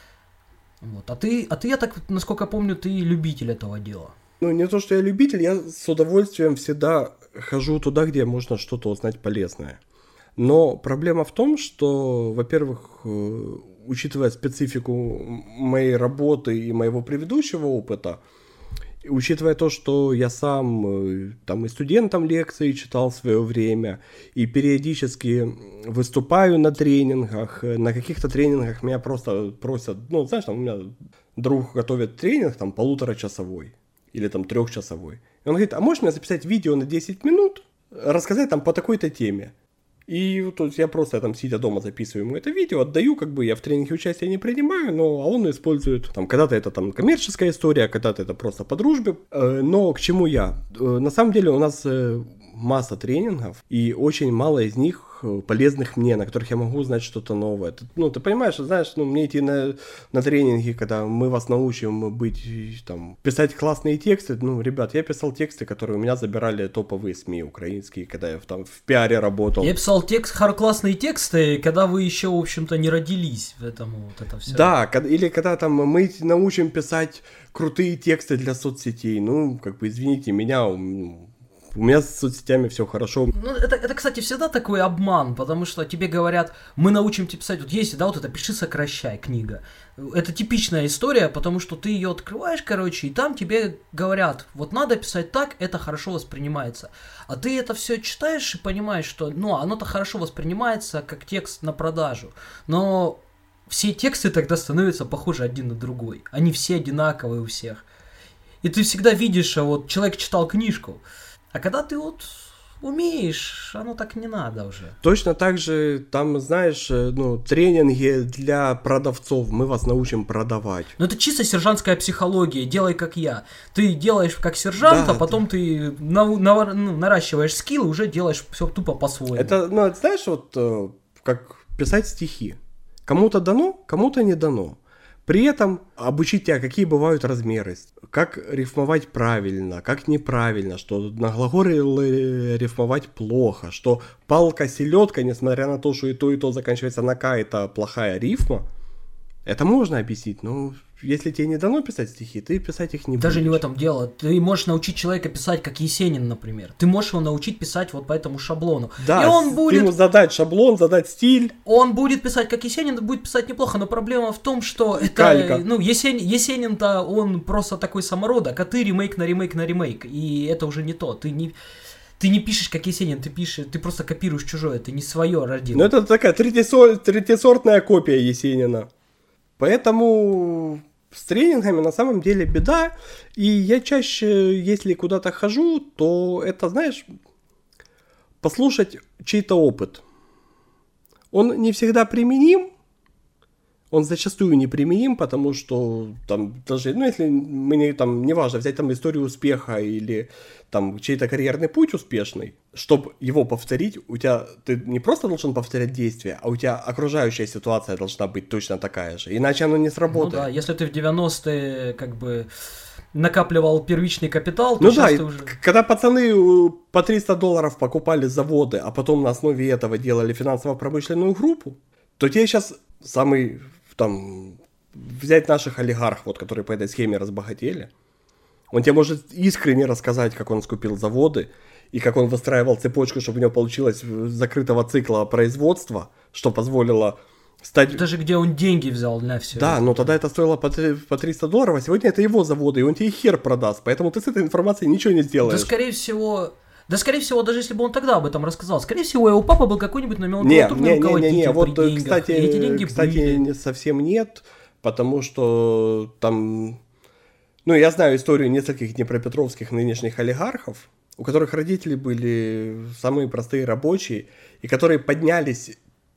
A: Вот. А ты, а ты, я так, насколько помню, ты любитель этого дела.
B: Ну, не то, что я любитель, я с удовольствием всегда хожу туда, где можно что-то узнать полезное. Но проблема в том, что, во-первых, учитывая специфику моей работы и моего предыдущего опыта, учитывая то, что я сам там и студентам лекции читал в свое время, и периодически выступаю на тренингах, на каких-то тренингах меня просто просят, ну, знаешь, там у меня друг готовит тренинг там полуторачасовой или там трехчасовой. И он говорит, а можешь мне записать видео на десять минут, рассказать там по такой-то теме? И то есть я просто там, сидя дома, записываю ему это видео, отдаю, как бы я в тренинге участия не принимаю, но он использует, там, когда-то это там коммерческая история, когда-то это просто по дружбе. Но к чему я? На самом деле у нас масса тренингов, и очень мало из них полезных мне, на которых я могу узнать что-то новое. Ну, ты понимаешь, знаешь, ну, мне идти на, на тренинги, когда мы вас научим быть, там, писать классные тексты. Ну, ребят, я писал тексты, которые у меня забирали топовые СМИ украинские, когда я там в пиаре работал.
A: Я писал текст, классные тексты, когда вы еще, в общем-то, не родились в этом вот это все.
B: Да, или когда там мы научим писать крутые тексты для соцсетей. Ну, как бы, извините меня, у меня с соцсетями все хорошо.
A: Ну, это, это, кстати, всегда такой обман, потому что тебе говорят, мы научим тебя писать, вот есть, да, вот это «Пиши, сокращай» книга. Это типичная история, потому что ты ее открываешь, короче, и там тебе говорят, вот надо писать так, это хорошо воспринимается. А ты это все читаешь и понимаешь, что, ну, оно-то хорошо воспринимается как текст на продажу, но все тексты тогда становятся похожи один на другой. Они все одинаковые у всех. И ты всегда видишь, а вот человек читал книжку, а когда ты вот умеешь, оно так не надо уже.
B: Точно так же, там, знаешь, ну, тренинги для продавцов, мы вас научим продавать.
A: Ну, это чисто сержантская психология, делай как я. Ты делаешь как сержант, да, а потом да. ты на, на, ну, наращиваешь скиллы, уже делаешь все тупо по-своему.
B: Это, ну, знаешь, вот как писать стихи. Кому-то дано, кому-то не дано. При этом обучить тебя, какие бывают размеры, как рифмовать правильно, как неправильно, что на глаголы рифмовать плохо, что палка, селедка, несмотря на то, что и то, и то заканчивается на «к», это плохая рифма. Это можно объяснить, но если тебе не дано писать стихи, ты писать их не будешь.
A: Даже не в этом дело. Ты можешь научить человека писать, как Есенин, например. Ты можешь его научить писать вот по этому шаблону.
B: Да,
A: и он будет...
B: ему задать шаблон, задать стиль.
A: Он будет писать, как Есенин, будет писать неплохо, но проблема в том, что это...
B: Калька.
A: Ну, Есен... Есенин-то, он просто такой самородок, а ты ремейк на ремейк на ремейк. И это уже не то. Ты не... Ты не пишешь, как Есенин, ты пишешь, ты просто копируешь чужое, ты не свое родил.
B: Ну, это такая третьесор... третьесортная копия Есенина. Поэтому с тренингами на самом деле беда, и я чаще, если куда-то хожу, то это, знаешь, послушать чей-то опыт. Он не всегда применим, он зачастую не применим, потому что там даже, ну если мы не, там, неважно, взять там историю успеха или там чей-то карьерный путь успешный, чтобы его повторить, у тебя, ты не просто должен повторять действия, а у тебя окружающая ситуация должна быть точно такая же, иначе оно не сработает.
A: Ну да, если ты в девяностые как бы накапливал первичный капитал, то
B: ну
A: сейчас
B: да,
A: ты уже...
B: когда пацаны по триста долларов покупали заводы, а потом на основе этого делали финансово-промышленную группу, то тебе сейчас самый... там, взять наших олигархов, вот, которые по этой схеме разбогатели, он тебе может искренне рассказать, как он скупил заводы, и как он выстраивал цепочку, чтобы у него получилось закрытого цикла производства, что позволило стать...
A: Даже где он деньги взял на все.
B: Да, это. Но тогда это стоило по, по триста долларов, а сегодня это его заводы, и он тебе хер продаст, поэтому ты с этой информацией ничего не сделаешь.
A: Да, скорее всего... Да, скорее всего, даже если бы он тогда об этом рассказал, скорее всего, его папа был какой-нибудь номенклатурный руководитель.
B: Не-не-не, вот,
A: при деньгах,
B: кстати,
A: и эти деньги
B: кстати
A: были.
B: не, совсем нет, потому что там... Ну, я знаю историю нескольких днепропетровских нынешних олигархов, у которых родители были самые простые рабочие, и которые поднялись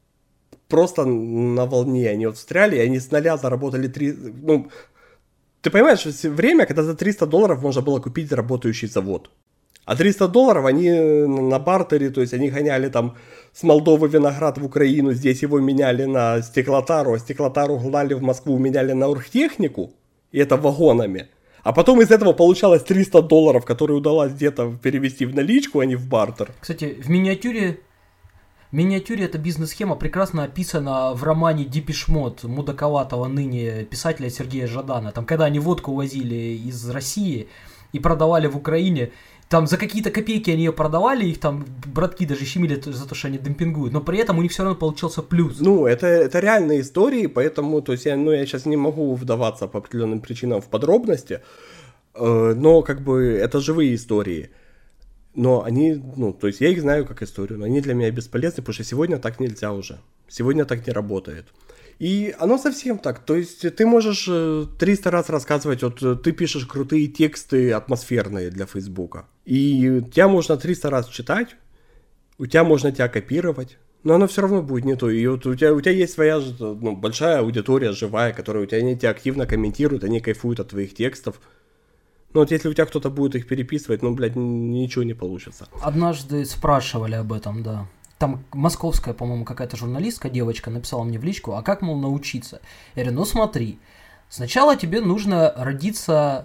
B: просто на волне. Они вот встряли, и они с нуля заработали три... Ну, ты понимаешь, время, когда за триста долларов можно было купить работающий завод. А триста долларов они на бартере, то есть они гоняли там с Молдовы виноград в Украину, здесь его меняли на стеклотару, а стеклотару гнали в Москву, меняли на оргтехнику, и это вагонами. А потом из этого получалось триста долларов, которые удалось где-то перевести в наличку, а не в бартер.
A: Кстати, в миниатюре, в миниатюре эта бизнес-схема прекрасно описана в романе «Депеш Мод» мудаковатого ныне писателя Сергея Жадана. Там, когда они водку возили из России и продавали в Украине, там за какие-то копейки они ее продавали, их там братки даже щемили за то, что они демпингуют, но при этом у них все равно получился плюс.
B: Ну, это, это реальные истории, поэтому, то есть я, ну, я сейчас не могу вдаваться по определенным причинам в подробности, э, но как бы это живые истории. Но они, ну, то есть я их знаю как историю, но они для меня бесполезны, потому что сегодня так нельзя уже. Сегодня так не работает. И оно совсем так, то есть ты можешь триста раз рассказывать, вот ты пишешь крутые тексты атмосферные для Фейсбука, и тебя можно триста раз читать, у тебя можно тебя копировать, но оно все равно будет не то, и вот у тебя, у тебя есть своя, ну, большая аудитория живая, которая у тебя, они тебя активно комментируют, они кайфуют от твоих текстов. Но вот если у тебя кто-то будет их переписывать, ну, блядь, ничего не получится.
A: Однажды спрашивали об этом, да. Там московская, по-моему, какая-то журналистка, девочка, написала мне в личку, а как, мол, научиться? Я говорю, ну смотри, сначала тебе нужно родиться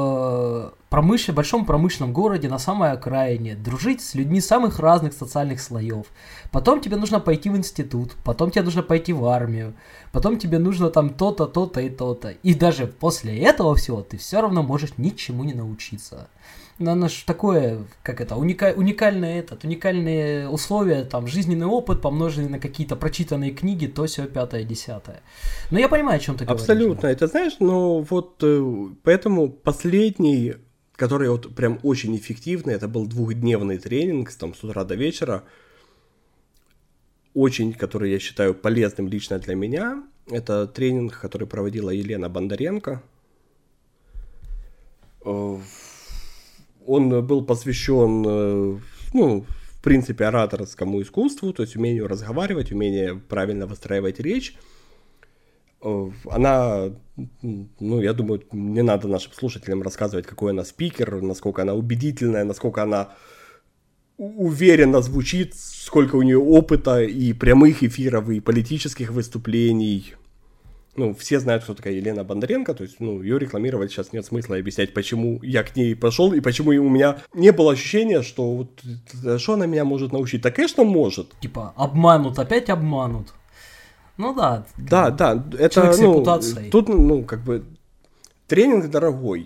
A: в промыш... большом промышленном городе на самой окраине, дружить с людьми самых разных социальных слоев. Потом тебе нужно пойти в институт, потом тебе нужно пойти в армию, потом тебе нужно там то-то, то-то и то-то. И даже после этого всего ты все равно можешь ничему не научиться. Но оно ж такое, как это, уника... уникальное этот, уникальные условия, там, жизненный опыт, помноженный на какие-то прочитанные книги, то сё, пятое, десятое. Но я понимаю, о чем ты говоришь.
B: Абсолютно, это знаешь, но вот поэтому последний, который вот прям очень эффективный, это был двухдневный тренинг, там, с утра до вечера, очень, который я считаю полезным лично для меня, это тренинг, который проводила Елена Бондаренко. Он был посвящен, ну, в принципе, ораторскому искусству, то есть умению разговаривать, умению правильно выстраивать речь. Она, ну, я думаю, не надо нашим слушателям рассказывать, какой она спикер, насколько она убедительная, насколько она уверенно звучит, сколько у нее опыта и прямых эфиров, и политических выступлений. Ну, все знают, кто такая Елена Бондаренко, то есть, ну, ее рекламировать сейчас нет смысла объяснять, почему я к ней пошел, и почему у меня не было ощущения, что вот, что она меня может научить. Да, конечно, может.
A: Типа, обманут, опять обманут. Ну да.
B: Да, да, это,
A: человек с
B: ну,
A: репутацией.
B: Тут, ну, как бы, тренинг дорогой,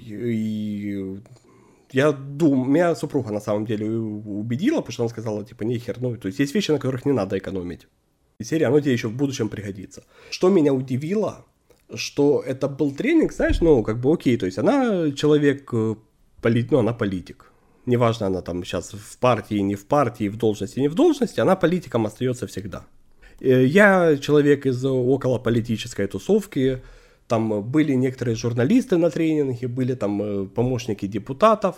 B: и я думаю, меня супруга на самом деле убедила, потому что она сказала, типа, нехер, ну, то есть есть вещи, на которых не надо экономить. И серия, оно тебе еще в будущем пригодится. Что меня удивило, что это был тренинг, знаешь, ну, как бы окей, то есть она человек, полит, ну, она политик. Неважно, она там сейчас в партии, не в партии, в должности, не в должности, она политиком остается всегда. Я человек из околополитической тусовки, там были некоторые журналисты на тренинге, были там помощники депутатов,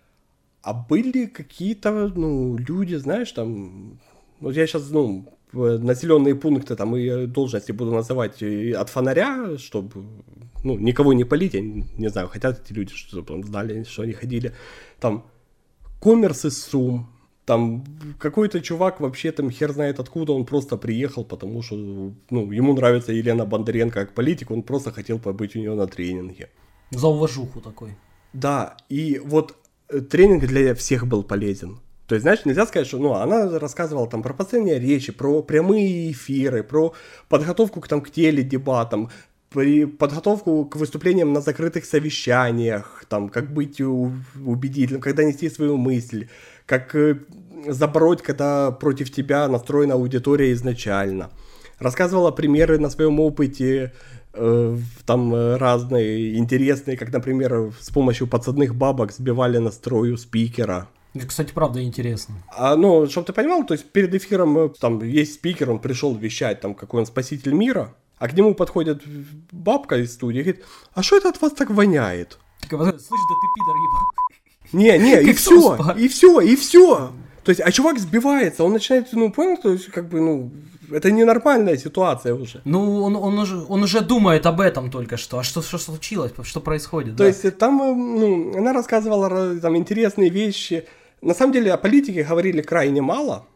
B: а были какие-то, ну, люди, знаешь, там, вот я сейчас, ну, населенные пункты там и должности буду называть от фонаря, чтобы, ну, никого не палить, я не знаю, хотят эти люди, чтобы там знали, что они ходили, там, коммерс из Сум, там, какой-то чувак вообще там хер знает откуда, он просто приехал, потому что, ну, ему нравится Елена Бондаренко как политик, он просто хотел побыть у нее на тренинге.
A: За уважуху такой.
B: Да, и вот тренинг для всех был полезен. То есть, знаешь, нельзя сказать, что, ну, она рассказывала там про построение речи, про прямые эфиры, про подготовку к, там, к теледебатам, при подготовку к выступлениям на закрытых совещаниях, там, как быть убедительным, когда нести свою мысль, как забороть, когда против тебя настроена аудитория изначально. Рассказывала примеры на своем опыте, э, там разные интересные, как, например, с помощью подсадных бабок сбивали настрой у спикера.
A: Это, кстати, правда интересно.
B: А, ну, чтобы ты понимал, то есть перед эфиром там есть спикер, он пришел вещать, там, какой он спаситель мира, а к нему подходит бабка из студии и говорит, а что это от вас так воняет?
A: Слышь, да ты пидор ебаный.
B: Не, не, и все, и все, и все. То есть, а чувак сбивается, он начинает, ну, понял, то есть, как бы, ну, это ненормальная ситуация уже.
A: Ну, он, он, уже, он уже думает об этом только что. А что, что случилось, что происходит?
B: То
A: да?
B: есть, там, ну, она рассказывала там интересные вещи. На самом деле, о политике говорили крайне мало.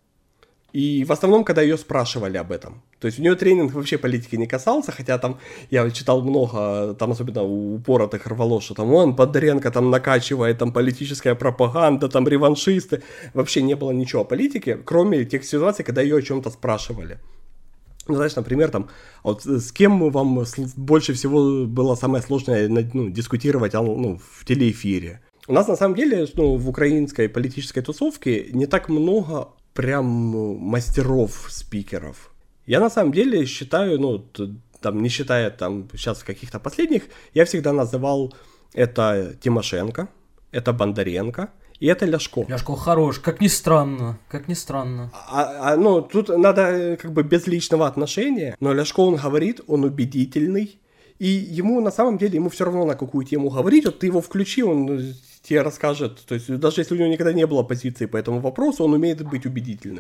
B: И в основном, когда ее спрашивали об этом. То есть у нее тренинг вообще политики не касался, хотя там я читал много, там особенно у упоротых рвало, что там он, Бондаренко там накачивает, там политическая пропаганда, там реваншисты. Вообще не было ничего о политике, кроме тех ситуаций, когда ее о чем-то спрашивали. Ну, знаешь, например, там, вот с кем вам больше всего было самое сложное, ну, дискутировать, ну, в телеэфире. У нас на самом деле, ну, в украинской политической тусовке не так много прям мастеров спикеров. Я на самом деле считаю, ну, там, не считая там сейчас каких-то последних, я всегда называл это Тимошенко, это Бондаренко и это Ляшко.
A: Ляшко хорош, как ни странно, как ни странно.
B: А, а, ну, тут надо как бы без личного отношения, но Ляшко, он говорит, он убедительный, и ему на самом деле, ему все равно на какую тему говорить, вот ты его включи, он тебе расскажет, то есть даже если у него никогда не было позиции по этому вопросу, он умеет быть убедительным.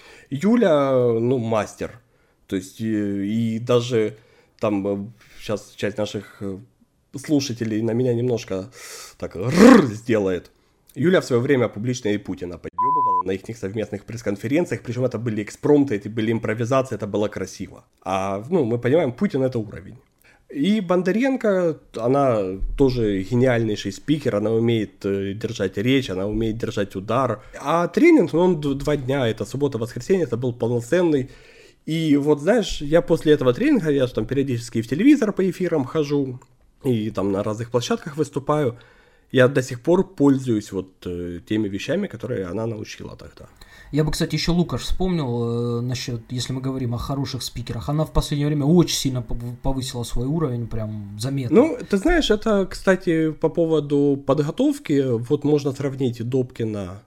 B: Юля, ну, мастер, то есть и, и даже там сейчас часть наших слушателей на меня немножко так сделает. Юля в свое время публично и Путина подъебывала на их совместных пресс-конференциях, причем это были экспромты, это были импровизации, это было красиво. А, ну, мы понимаем, Путин это уровень. И Бондаренко, она тоже гениальнейший спикер, она умеет держать речь, она умеет держать удар. А тренинг, ну, он два дня, это суббота-воскресенье, это был полноценный. И вот, знаешь, я после этого тренинга, я там периодически в телевизор по эфирам хожу, и там на разных площадках выступаю. Я до сих пор пользуюсь вот э, теми вещами, которые она научила тогда.
A: Я бы, кстати, еще Лукаш вспомнил э, насчет, если мы говорим о хороших спикерах, она в последнее время очень сильно повысила свой уровень, прям заметно.
B: Ну, ты знаешь, это, кстати, по поводу подготовки, вот можно сравнить Добкина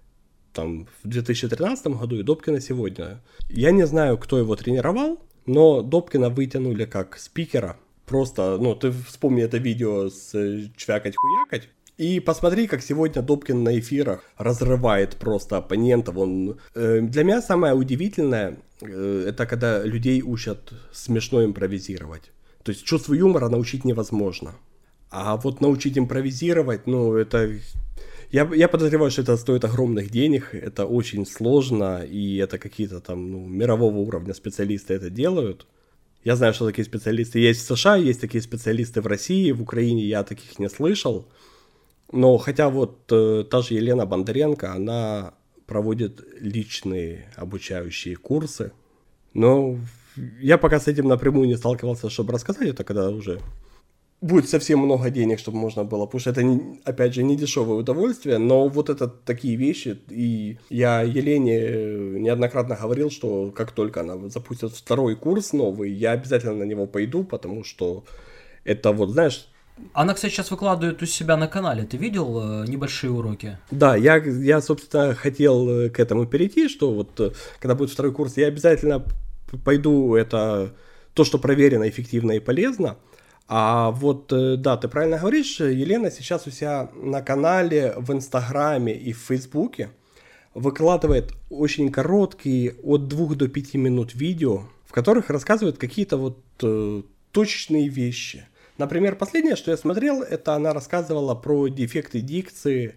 B: там в две тысячи тринадцатом году и Добкина сегодня. Я не знаю, кто его тренировал, но Добкина вытянули как спикера. Просто, ну, ты вспомни это видео с чвякать-хуякать. И посмотри, как сегодня Добкин на эфирах разрывает просто оппонентов. Он, э, для меня самое удивительное, э, это когда людей учат смешно импровизировать. То есть чувству юмора научить невозможно. А вот научить импровизировать, ну, это... Я, я подозреваю, что это стоит огромных денег, это очень сложно, и это какие-то там, ну, мирового уровня специалисты это делают. Я знаю, что такие специалисты есть в США, есть такие специалисты в России, в Украине я таких не слышал. Но хотя вот э, та же Елена Бондаренко, она проводит личные обучающие курсы. Но я пока с этим напрямую не сталкивался, чтобы рассказать это, когда уже будет совсем много денег, чтобы можно было. Потому что это, опять же, не дешевое удовольствие, но вот это такие вещи. И я Елене неоднократно говорил, что как только она запустит второй курс новый, я обязательно на него пойду, потому что это вот, знаешь...
A: Она, кстати, сейчас выкладывает у себя на канале. Ты видел э, небольшие уроки?
B: Да, я, я, собственно, хотел к этому перейти, что вот когда будет второй курс, я обязательно пойду, это то, что проверено, эффективно и полезно. А вот, да, ты правильно говоришь, Елена сейчас у себя на канале, в Инстаграме и в Фейсбуке выкладывает очень короткие, от двух до пяти минут видео, в которых рассказывает какие-то вот э, точечные вещи. Например, последнее, что я смотрел, это она рассказывала про дефекты дикции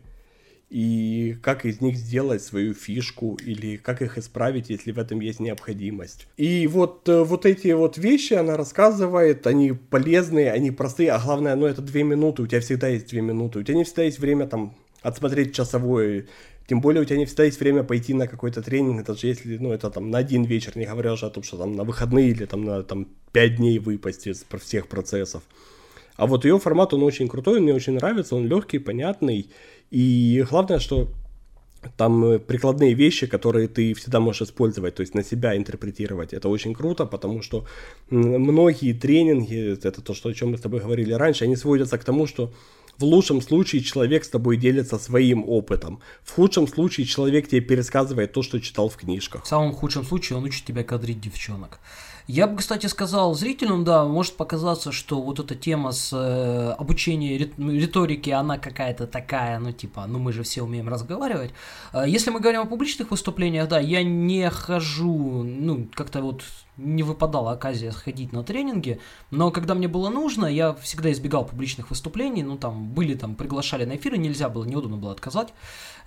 B: и как из них сделать свою фишку или как их исправить, если в этом есть необходимость. И вот, вот эти вот вещи она рассказывает, они полезные, они простые, а главное, ну это две минуты, у тебя всегда есть две минуты, у тебя не всегда есть время там отсмотреть часовой, тем более у тебя не всегда есть время пойти на какой-то тренинг, даже если, ну это там на один вечер, не говоря уже о том, что там на выходные или там на там, пять дней выпасть из всех процессов. А вот ее формат, он очень крутой, мне очень нравится, он легкий, понятный. И главное, что там прикладные вещи, которые ты всегда можешь использовать, то есть на себя интерпретировать. Это очень круто, потому что многие тренинги, это то, что, о чем мы с тобой говорили раньше, они сводятся к тому, что В лучшем случае человек с тобой делится своим опытом. В худшем случае человек тебе пересказывает то, что читал в книжках.
A: В самом худшем случае он учит тебя кадрить девчонок. Я бы, кстати, сказал зрителям, да, может показаться, что вот эта тема с э, обучением риторики, она какая-то такая, ну типа, ну мы же все умеем разговаривать. Э, если мы говорим о публичных выступлениях, да, я не хожу, ну как-то вот не выпадала оказия ходить на тренинги, но когда мне было нужно, я всегда избегал публичных выступлений, ну там были, там приглашали на эфиры, нельзя было, неудобно было отказать.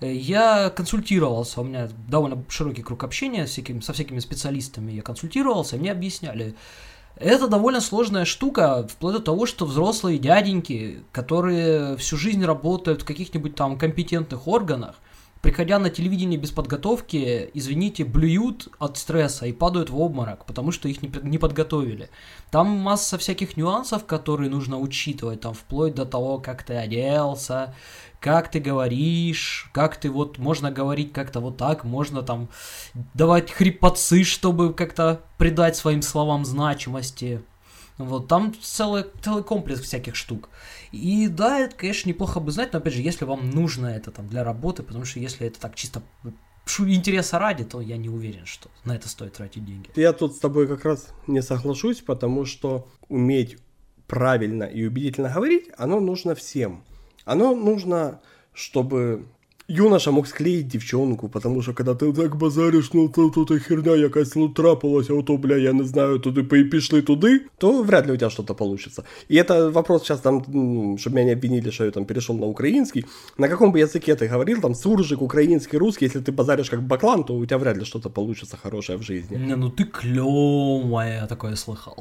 A: Я консультировался, у меня довольно широкий круг общения с всякими, со всякими специалистами, я консультировался, мне объясняли. Это довольно сложная штука, вплоть до того, что взрослые дяденьки, которые всю жизнь работают в каких-нибудь там компетентных органах, приходя на телевидение без подготовки, извините, блюют от стресса и падают в обморок, потому что их не, не подготовили. Там масса всяких нюансов, которые нужно учитывать, там вплоть до того, как ты оделся, как ты говоришь, как ты вот, можно говорить как-то вот так, можно там давать хрипотцы, чтобы как-то придать своим словам значимости. Вот, там целый, целый комплекс всяких штук. И да, это, конечно, неплохо бы знать, но опять же, если вам нужно это там для работы, потому что если это так чисто интереса ради, то я не уверен, что на это стоит тратить деньги.
B: Я тут с тобой как раз не соглашусь, потому что уметь правильно и убедительно говорить, оно нужно всем. Оно нужно, чтобы юноша мог склеить девчонку, потому что когда ты так базаришь, ну то тут херня якась ну, трапилась, а то, бля, я не знаю, туди пішли туди, то вряд ли у тебя что-то получится. И это вопрос сейчас там, чтобы меня не обвинили, что я там перешел на украинский. На каком бы языке ты говорил, там суржик, украинский, русский, если ты базаришь как баклан, то у тебя вряд ли что-то получится хорошее в жизни.
A: Не, ну ты клёвая, я такое слыхал.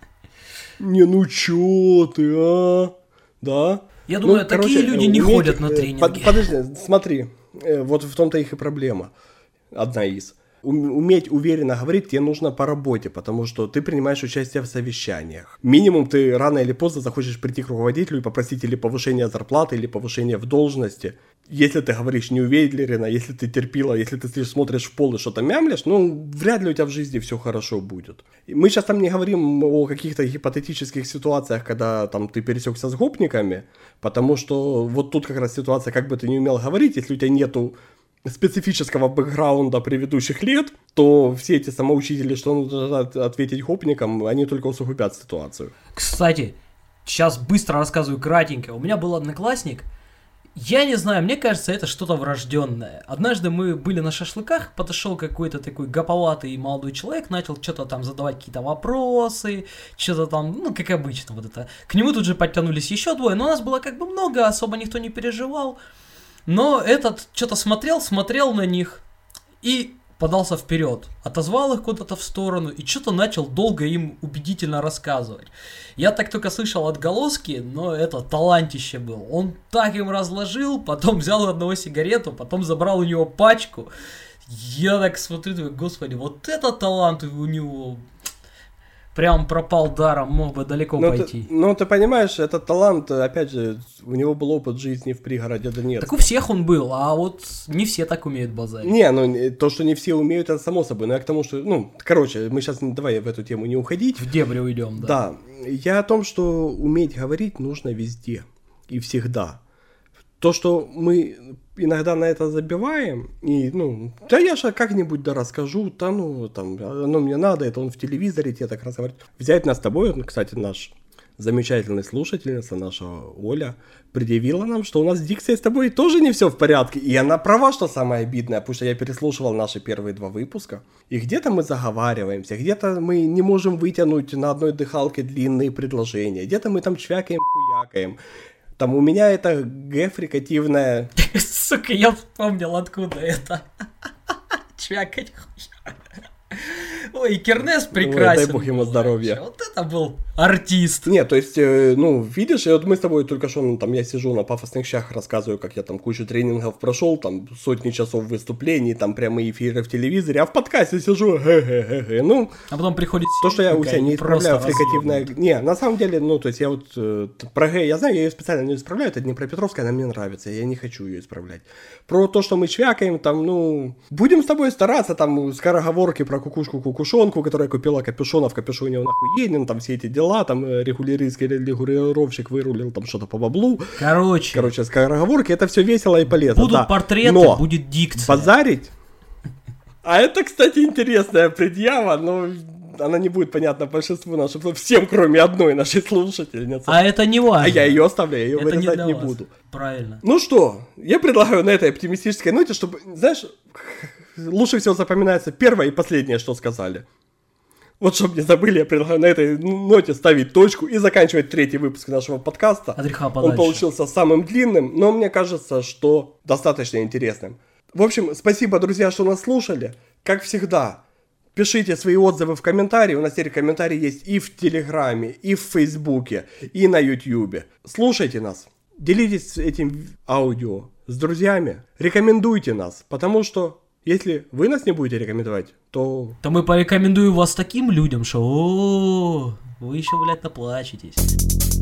B: Не, ну чё ты, а? Да?
A: Я думаю, ну, такие короче, люди не уметь, ходят на тренинги.
B: Под, подожди, смотри, вот в том-то их и проблема, одна из. Уметь уверенно говорить тебе нужно по работе, потому что ты принимаешь участие в совещаниях. Минимум ты рано или поздно захочешь прийти к руководителю и попросить или повышения зарплаты, или повышения в должности. Если ты говоришь неуверенно, если ты терпила, если ты смотришь в пол и что-то мямлишь, ну, вряд ли у тебя в жизни все хорошо будет. Мы сейчас там не говорим о каких-то гипотетических ситуациях, когда там ты пересекся с гопниками, потому что вот тут как раз ситуация, как бы ты не умел говорить, если у тебя нету специфического бэкграунда предыдущих лет, то все эти самоучители, что нужно ответить гопникам, они только усугубят ситуацию.
A: Кстати, сейчас быстро рассказываю кратенько. У меня был одноклассник, я не знаю, мне кажется, это что-то врожденное. Однажды мы были на шашлыках, подошел какой-то такой гоповатый молодой человек, начал что-то там задавать какие-то вопросы, что-то там, ну, как обычно, вот это. К нему тут же подтянулись еще двое, но у нас было как бы много, особо никто не переживал. Но этот что-то смотрел, смотрел на них и подался вперед, отозвал их куда-то в сторону и что-то начал долго им убедительно рассказывать. Я так только слышал отголоски, но это талантище был. Он так им разложил, потом взял у одного сигарету, потом забрал у него пачку. Я так смотрю, думаю, господи, вот это талант у него... Прям пропал даром, мог бы далеко
B: но
A: пойти.
B: Ты, ну, ты понимаешь, этот талант, опять же, у него был опыт жизни в пригороде Донецка.
A: Так у всех он был, а вот не все так умеют базарить.
B: Не, ну, то, что не все умеют, это само собой. Но я к тому, что, ну, короче, мы сейчас, давай в эту тему не уходить.
A: В дебри уйдем, да.
B: Да, я о том, что уметь говорить нужно везде и всегда. То, что мы иногда на это забиваем, и, ну, да я же как-нибудь да расскажу, да, ну, там, оно мне надо, это он в телевизоре тебе так раз говорит. Взять нас с тобой, кстати, наш замечательная слушательница, наша Оля, предъявила нам, что у нас с дикцией с тобой тоже не все в порядке, и она права, что самое обидное, потому что я переслушивал наши первые два выпуска, и где-то мы заговариваемся, где-то мы не можем вытянуть на одной дыхалке длинные предложения, где-то мы там чвякаем, хуякаем. Там у меня это Г-фрикативное...
A: Сука, я вспомнил, откуда это. Чвякать хуя. Ой, Кернес прекрасен.
B: Ой, дай бог ему здоровья.
A: Вот это был артист.
B: Нет, то есть, э, ну, видишь, и вот мы с тобой только что, ну, там, я сижу на пафосных щах, рассказываю, как я там кучу тренингов прошел, там, сотни часов выступлений, там, прямые эфиры в телевизоре, а в подкасте сижу, ге-ге-ге-ге, ну...
A: А потом приходит...
B: То, что я у тебя не исправляю фрикативное... Не, на самом деле, ну, то есть, я вот э, про ге, я знаю, я ее специально не исправляю, это Днепропетровская, она мне нравится, я не хочу ее исправлять. Про то, что мы чвякаем, там, ну, будем с тобой стараться, там, скороговорки про кукушку-кукушонку, которая купила капюшон, а в капюшоне он охуенен, там, все эти дела. дела, там регулярийский регулировщик вырулил там что-то по баблу.
A: Короче.
B: Короче, скороговорки, это все весело и полезно.
A: Будут
B: да.
A: портреты,
B: но
A: будет дикция.
B: базарить? А это, кстати, интересная предъява, но она не будет понятна большинству нашим, всем, кроме одной нашей слушательницы.
A: А это не важно.
B: А я ее оставляю, я ее
A: это
B: вырезать
A: не,
B: не
A: вас.
B: буду.
A: Правильно.
B: Ну что, я предлагаю на этой оптимистической ноте, чтобы, знаешь, лучше всего запоминается первое и последнее, что сказали. Вот, чтобы не забыли, я предлагаю на этой ноте ставить точку и заканчивать третий выпуск нашего подкаста.
A: От греха подальше.
B: Он получился самым длинным, но мне кажется, что достаточно интересным. В общем, спасибо, друзья, что нас слушали. Как всегда, пишите свои отзывы в комментарии. У нас теперь комментарии есть и в Телеграме, и в Фейсбуке, и на Ютьюбе. Слушайте нас, делитесь этим аудио с друзьями, рекомендуйте нас, потому что если вы нас не будете рекомендовать, то...
A: То мы порекомендуем вас таким людям, что о, вы еще, блядь, наплачетесь.